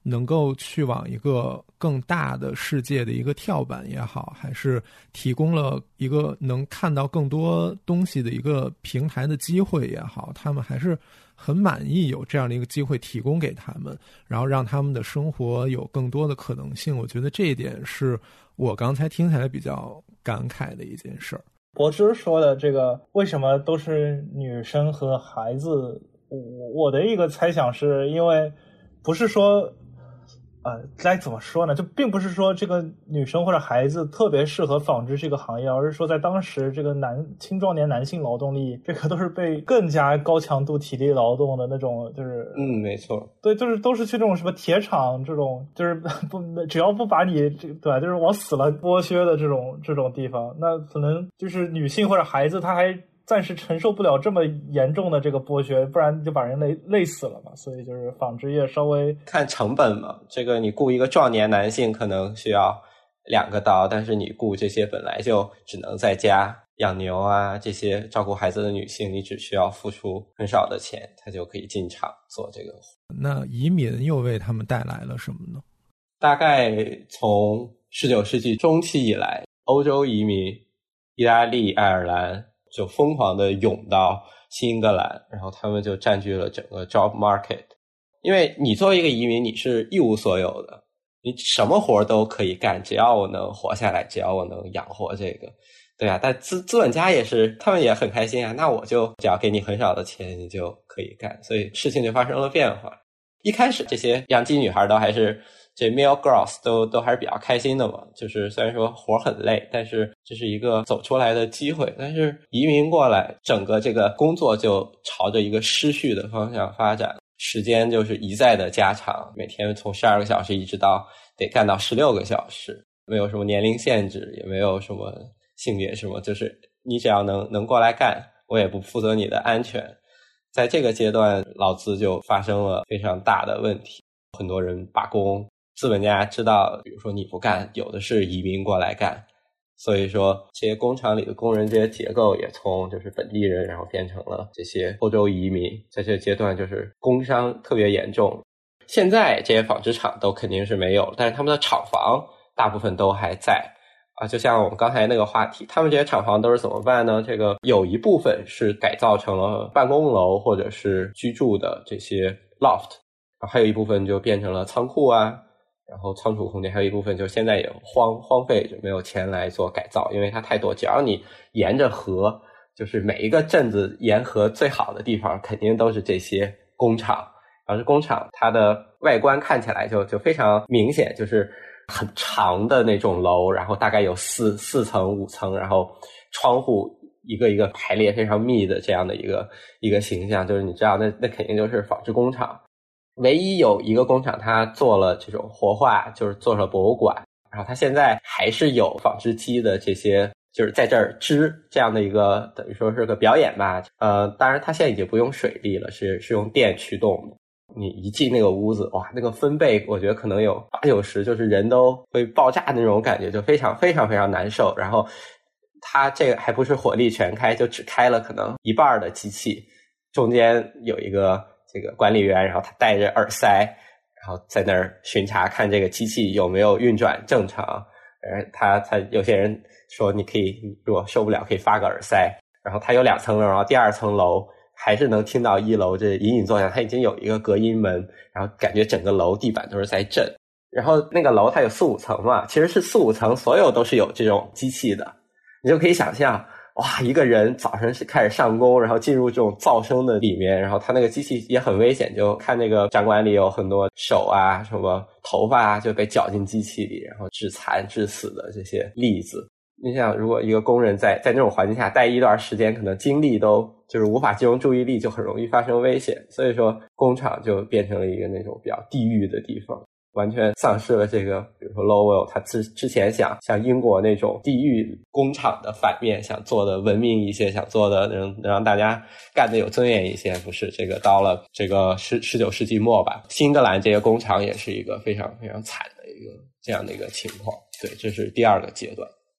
能够去往一个更大的世界的一个跳板也好，还是提供了一个能看到更多东西的一个平台的机会也好，他们还是很满意有这样的一个机会提供给他们，然后让他们的生活有更多的可能性。我觉得这一点是我刚才听起来比较感慨的一件事儿。 柏芝说的这个为什么都是女生和孩子，我的一个猜想是因为不是说该怎么说呢，就并不是说这个女生或者孩子特别适合纺织这个行业，而是说在当时这个青壮年男性劳动力，这个都是被更加高强度体力劳动的那种，就是没错， 对，就是都是去这种什么铁厂这种，就是只要不把你这个对，就是往死了剥削的这种地方，那可能就是女性或者孩子他还暂时承受不了这么严重的这个剥削，不然就把人累死了嘛。所以就是纺织业稍微看成本嘛，这个你雇一个壮年男性可能需要2个刀，但是你雇这些本来就只能在家养牛啊这些照顾孩子的女性，你只需要付出很少的钱，她就可以进厂做这个活。 那移民又为他们带来了什么呢？ 大概从19世纪中期以来，欧洲移民意大利、爱尔兰就疯狂的涌到新英格兰，然后他们就占据了整个 job market。 因为你作为一个移民，你是一无所有的，你什么活都可以干，只要我能活下来，只要我能养活这个，对啊。但资本家也是，他们也很开心啊，那我就只要给你很少的钱，你就可以干，所以事情就发生了变化。一开始这些洋基女孩都还是这 male girls 都还是比较开心的嘛，就是虽然说活很累，但是这是一个走出来的机会。但是移民过来，整个这个工作就朝着一个失序的方向发展，时间就是一再的加长，每天从12个小时一直到得干到16个小时，没有什么年龄限制，也没有什么性别什么，就是你只要能过来干，我也不负责你的安全。在这个阶段，劳资就发生了非常大的问题，很多人罢工，资本家知道比如说你不干，有的是移民过来干，所以说这些工厂里的工人这些结构也从就是本地人然后变成了这些欧洲移民。在这个阶段就是工伤特别严重。现在这些纺织厂都肯定是没有，但是他们的厂房大部分都还在啊。就像我们刚才那个话题，他们这些厂房都是怎么办呢？这个有一部分是改造成了办公楼或者是居住的这些 loft， 还有一部分就变成了仓库啊，然后仓储空间，还有一部分就现在也荒废，就没有钱来做改造，因为它太多。只要你沿着河，就是每一个镇子沿河最好的地方肯定都是这些工厂。然后这工厂它的外观看起来就非常明显，就是很长的那种楼，然后大概有4层5层，然后窗户一个一个排列非常密的这样的一个形象，就是你知道那肯定就是纺织工厂。唯一有一个工厂它做了这种活化，就是做了博物馆，然后它现在还是有纺织机的这些，就是在这儿织这样的一个等于说是个表演吧。当然它现在已经不用水力了，是用电驱动的。你一进那个屋子，哇，那个分贝我觉得可能有80-90%，就是人都会爆炸的那种感觉，就非常非常非常难受。然后它这个还不是火力全开，就只开了可能一半的机器，中间有一个这个管理员，然后他戴着耳塞，然后在那儿巡查看这个机器有没有运转正常。他有些人说你可以如果受不了可以发个耳塞。然后他有2层楼，然后第2层楼还是能听到1楼这隐隐作响，它已经有一个隔音门，然后感觉整个楼地板都是在震。然后那个楼它有4-5层嘛，其实是4-5层所有都是有这种机器的。你就可以想象，哇，一个人早晨是开始上工，然后进入这种噪声的里面，然后他那个机器也很危险，就看那个展馆里有很多手啊什么头发啊就被绞进机器里，然后致残致死的这些例子。你想如果一个工人在那种环境下待一段时间，可能精力都就是无法集中注意力，就很容易发生危险。所以说工厂就变成了一个那种比较地狱的地方，完全丧失了这个比如说 Lowell 他之前想像英国那种地狱工厂的反面，想做的文明一些，想做的能让大家干得有尊严一些。不是，这个到了这个19世纪末吧，新英格兰这些工厂也是一个非常非常惨的一个这样的一个情况。对，这是第2个阶段。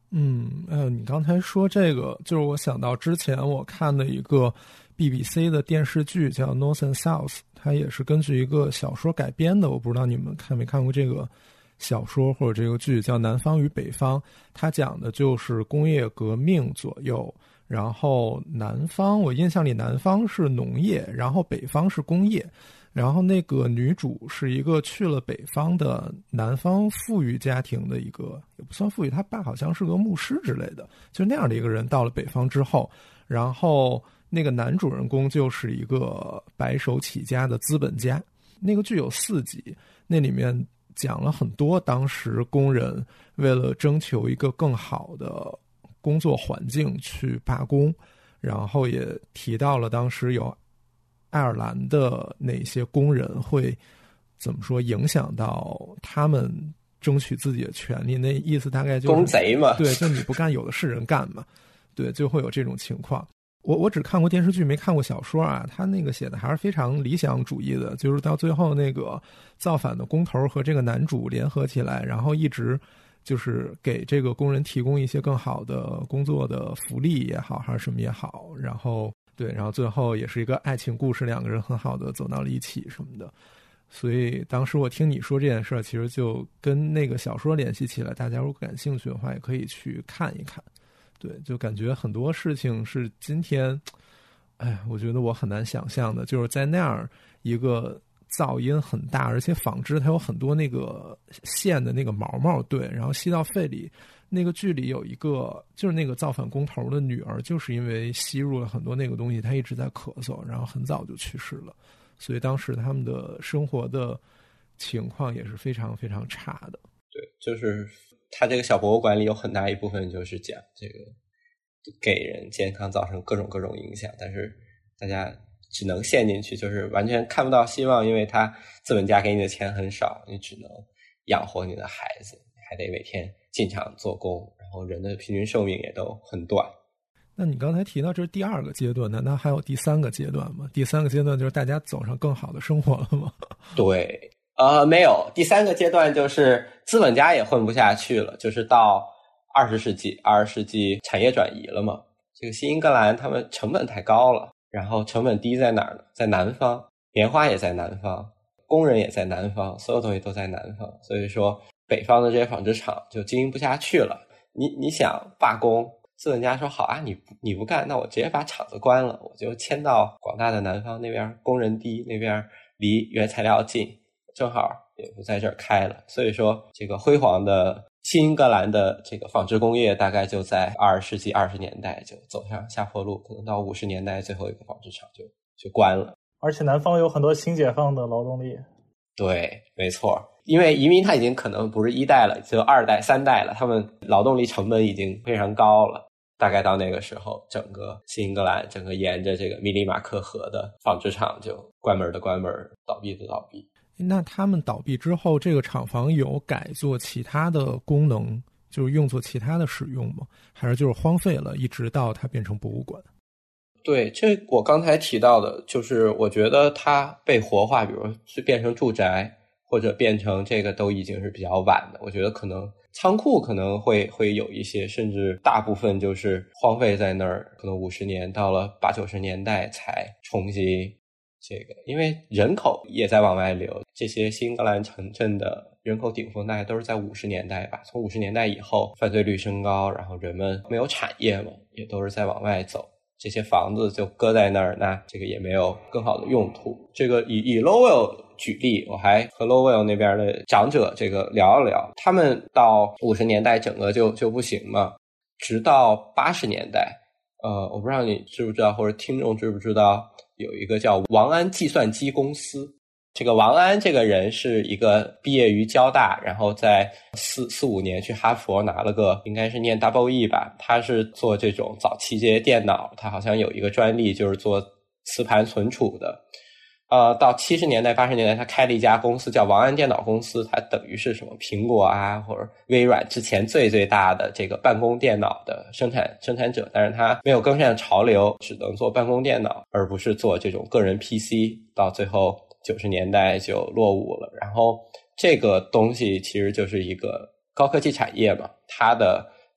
你刚才说这个，就是我想到之前我看的一个 BBC 的电视剧叫 North and South， 它也是根据一个小说改编的，我不知道你们看没看过这个小说或者这个剧，叫《南方与北方》。它讲的就是工业革命左右，然后南方，我印象里南方是农业，然后北方是工业。然后那个女主是一个去了北方的南方富裕家庭的一个，也不算富裕，她爸好像是个牧师之类的，就那样的一个人。到了北方之后，然后那个男主人公就是一个白手起家的资本家。那个剧有4集，那里面讲了很多当时工人为了征求一个更好的工作环境去罢工，然后也提到了当时有爱尔兰的那些工人会怎么说影响到他们争取自己的权利，那意思大概就是公贼嘛， 对，就你不干有的是人干嘛，对，就会有这种情况。我只看过电视剧没看过小说啊，他那个写的还是非常理想主义的，就是到最后那个造反的工头和这个男主联合起来，然后一直就是给这个工人提供一些更好的工作的福利也好还是什么也好，然后最后也是一个爱情故事，2个人很好的走到了一起什么的。所以当时我听你说这件事，其实就跟那个小说联系起来，大家如果感兴趣的话也可以去看一看。对，就感觉很多事情是今天我觉得我很难想象的，就是在那样一个噪音很大，而且纺织它有很多那个线的那个毛，对，然后吸到肺里。那个剧里有一个就是那个造反工头的女儿，就是因为吸入了很多那个东西，她一直在咳嗽，然后很早就去世了。所以当时他们的生活的情况也是非常非常差的。 对，就是他这个小博物馆里有很大一部分就是讲这个给人健康造成各种影响，但是大家只能陷进去，就是完全看不到希望，因为他资本家给你的钱很少，你只能养活你的孩子，还得每天进厂做工，然后人的平均寿命也都很短。 那你刚才提到这是第2个阶段，难道还有第3个阶段吗？第3个阶段就是大家走上更好的生活了吗？ 对，没有，第3个阶段就是资本家也混不下去了，就是到20世纪产业转移了嘛。这个新英格兰他们成本太高了，然后成本低在哪儿呢？在南方，棉花也在南方，工人也在南方，所有东西都在南方，所以说北方的这些纺织厂就经营不下去了。你想罢工，资本家说好啊，你不干，那我直接把厂子关了，我就迁到广大的南方，那边工人低，那边离原材料近，正好也不在这儿开了。所以说这个辉煌的新英格兰的这个纺织工业大概就在20世纪20年代就走上下坡路，可能到50年代最后一个纺织厂就关了。 而且南方有很多新解放的劳动力。 对，没错，因为移民他已经可能不是1代了，就2代3代了，他们劳动力成本已经非常高了。大概到那个时候，整个新英格兰整个沿着这个米里马克河的纺织厂就关门的关门，倒闭的倒闭。 那他们倒闭之后，这个厂房有改做其他的功能，就是用作其他的使用吗？还是就是荒废了，一直到它变成博物馆？ 对，这我刚才提到的，就是我觉得它被活化，比如是变成住宅，或者变成这个都已经是比较晚的。我觉得可能仓库可能会有一些，甚至大部分就是荒废在那儿，可能50年到了80、90年代才重新这个，因为人口也在往外流，这些新英格兰城镇的人口顶峰大概都是在50年代吧。从50年代以后，犯罪率升高，然后人们没有产业嘛，也都是在往外走。这些房子就搁在那儿，那这个也没有更好的用途。这个以 Lowell 举例，我还和 Lowell 那边的长者这个聊一聊，他们到50年代整个就不行嘛，直到80年代，我不知道你知不知道，或者听众知不知道，有一个叫王安计算机公司。这个王安这个人是一个毕业于交大，然后在45年去哈佛拿了个应该是念 Double E 吧，他是做这种早期这些电脑，他好像有一个专利就是做磁盘存储的。到70年代80年代他开了一家公司叫王安电脑公司，它等于是什么苹果啊或者微软之前最大的这个办公电脑的生产者，但是他没有跟上潮流，只能做办公电脑而不是做这种个人 PC， 到最后90年代就落伍了。然后这个东西其实就是一个高科技产业嘛，它的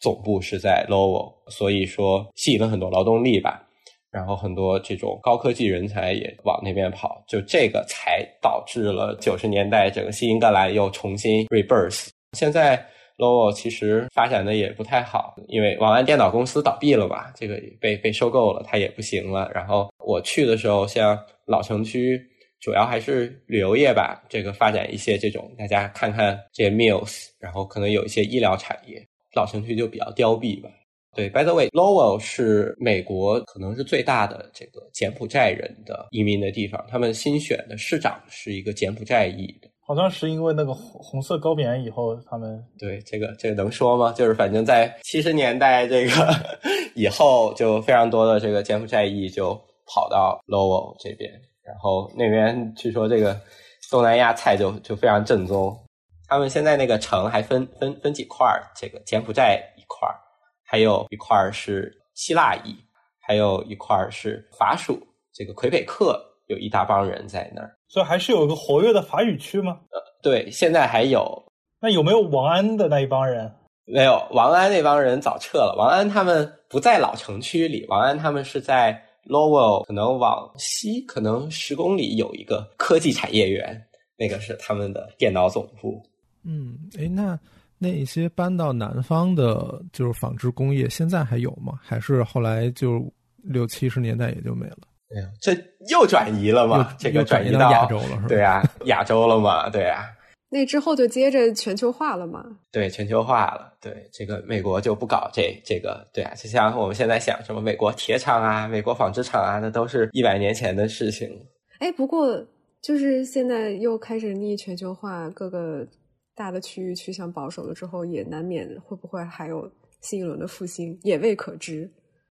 总部是在 Lowell， 所以说吸引了很多劳动力吧，然后很多这种高科技人才也往那边跑，就这个才导致了90年代整个西英格兰又重新 rebirth。 现在 Lowell 其实发展的也不太好，因为王安电脑公司倒闭了嘛，这个被收购了，它也不行了。然后我去的时候，像老城区主要还是旅游业吧，这个发展一些这种大家看看这些 mills， 然后可能有一些医疗产业，老城区就比较凋敝吧。对 ，by the way， Lowell 是美国可能是最大的这个柬埔寨人的移民的地方，他们新选的市长是一个柬埔寨裔的。 好像是因为那个红色高棉以后，他们对这个能说吗？就是反正在70年代这个以后，就非常多的这个柬埔寨裔就跑到 Lowell 这边，然后那边据说这个东南亚菜就非常正宗。他们现在那个城还分几块，这个柬埔寨一块，还有一块是希腊裔，还有一块是法属，这个魁北克有一大帮人在那儿。 所以还是有一个活跃的法语区吗？ 对，现在还有。 那有没有王安的那一帮人？ 没有，王安那帮人早撤了。王安他们不在老城区里，王安他们是在 Lowell， 可能往西可能10公里有一个科技产业园，那个是他们的电脑总部。 那一些搬到南方的就是纺织工业现在还有吗？还是后来就60、70年代也就没了？ 这又转移了嘛？这个转移到亚洲了是吧？ 对啊，亚洲了嘛？对啊。 那之后就接着全球化了嘛？对， 全球化了。对，这个美国就不搞这个。对啊，就像我们现在想什么美国铁厂啊、美国纺织厂啊，那都是100年前的事情。 不过就是现在又开始逆全球化，各个大的区域趋向保守了之后，也难免会不会还有新一轮的复兴，也未可知。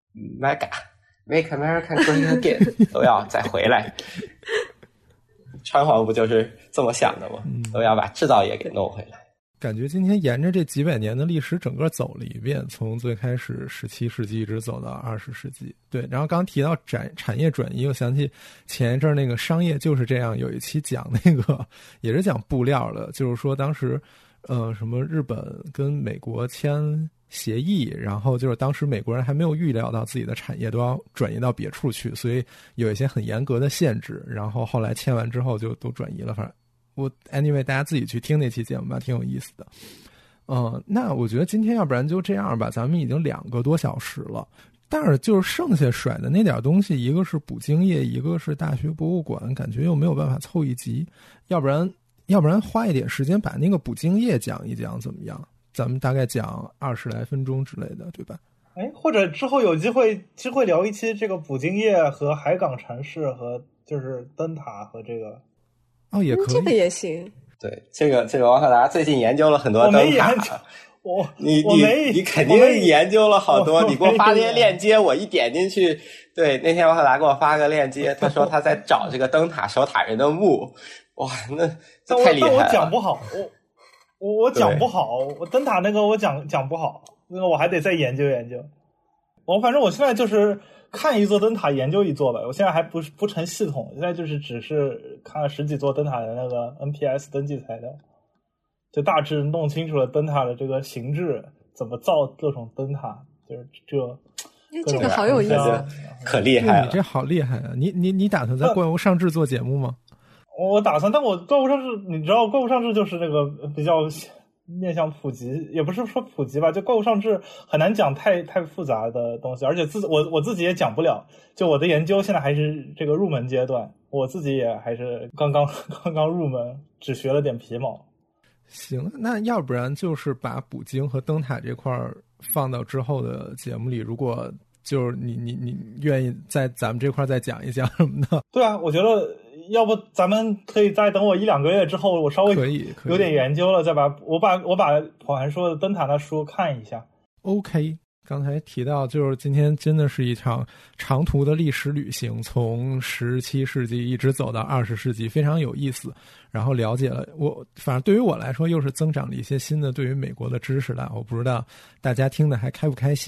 Make America Great Again 都要再回来。川皇不就是这么想的吗？都要把制造业给弄回来。 感觉今天沿着这几百年的历史整个走了一遍，从最开始17世纪一直走到20世纪。对，然后刚提到产业转移，我想起前一阵那个商业就是这样有一期讲那个也是讲布料的，就是说当时什么日本跟美国签协议，然后就是当时美国人还没有预料到自己的产业都要转移到别处去，所以有一些很严格的限制，然后后来签完之后就都转移了。反正anyway 大家自己去听那期节目吧，挺有意思的。那我觉得今天要不然就这样吧，咱们已经2个多小时了，但是就是剩下甩的那点东西，一个是捕鲸业，一个是大学博物馆，感觉又没有办法凑一集，要不然花一点时间把那个捕鲸业讲一讲怎么样？咱们大概讲20来分钟之类的，对吧？ 或者之后有机会聊一期这个捕鲸业和海港城市和就是灯塔和这个。 也可以， 这个也行。 对，这个王可达最近研究了很多灯塔。你肯定研究了好多，你给我发这些链接，我一点进去。对，那天王可达给我发个链接，他说他在找这个灯塔守塔人的墓。哇，那太厉害了！ 但我讲不好，我讲不好，我灯塔那个我讲不好，那个我还得再研究研究。反正我现在就是看一座灯塔研究一座吧，我现在还不成系统，现在只是看了10几座灯塔的那个 NPS 登记材料，就大致弄清楚了灯塔的这个形制，怎么造各种灯塔，就是这个好有意思， 可厉害了！ 你这好厉害啊！你打算在怪物上志做节目吗？ 我打算，但我怪物上志，你知道怪物上志就是那个比较面向普及，也不是说普及吧，就怪物上志很难讲太复杂的东西，而且我自己也讲不了，就我的研究现在还是这个入门阶段，我自己也还是刚刚入门，只学了点皮毛。 行，那要不然就是把捕鲸和灯塔这块放到之后的节目里，如果就是你愿意在咱们这块再讲一讲什么的。 对啊，我觉得要不咱们可以再等我1-2个月之后，我稍微有点研究了，再把我把普涵说的灯塔的书看一下。 OK， 刚才提到就是今天真的是一场长途的历史旅行，从17世纪一直走到20世纪，非常有意思。然后了解了反正对于我来说又是增长了一些新的对于美国的知识了，我不知道大家听的还开不开心。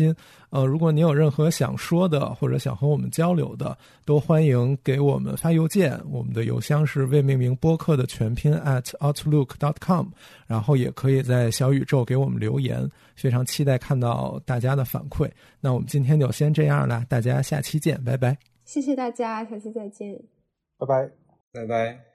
如果您有任何想说的或者想和我们交流的，都欢迎给我们发邮件，我们的邮箱是未命名播客的全拼@outlook.com， 然后也可以在小宇宙给我们留言，非常期待看到大家的反馈。那我们今天就先这样了，大家下期见，拜拜。 谢谢大家，下期再见， 拜拜， 拜拜。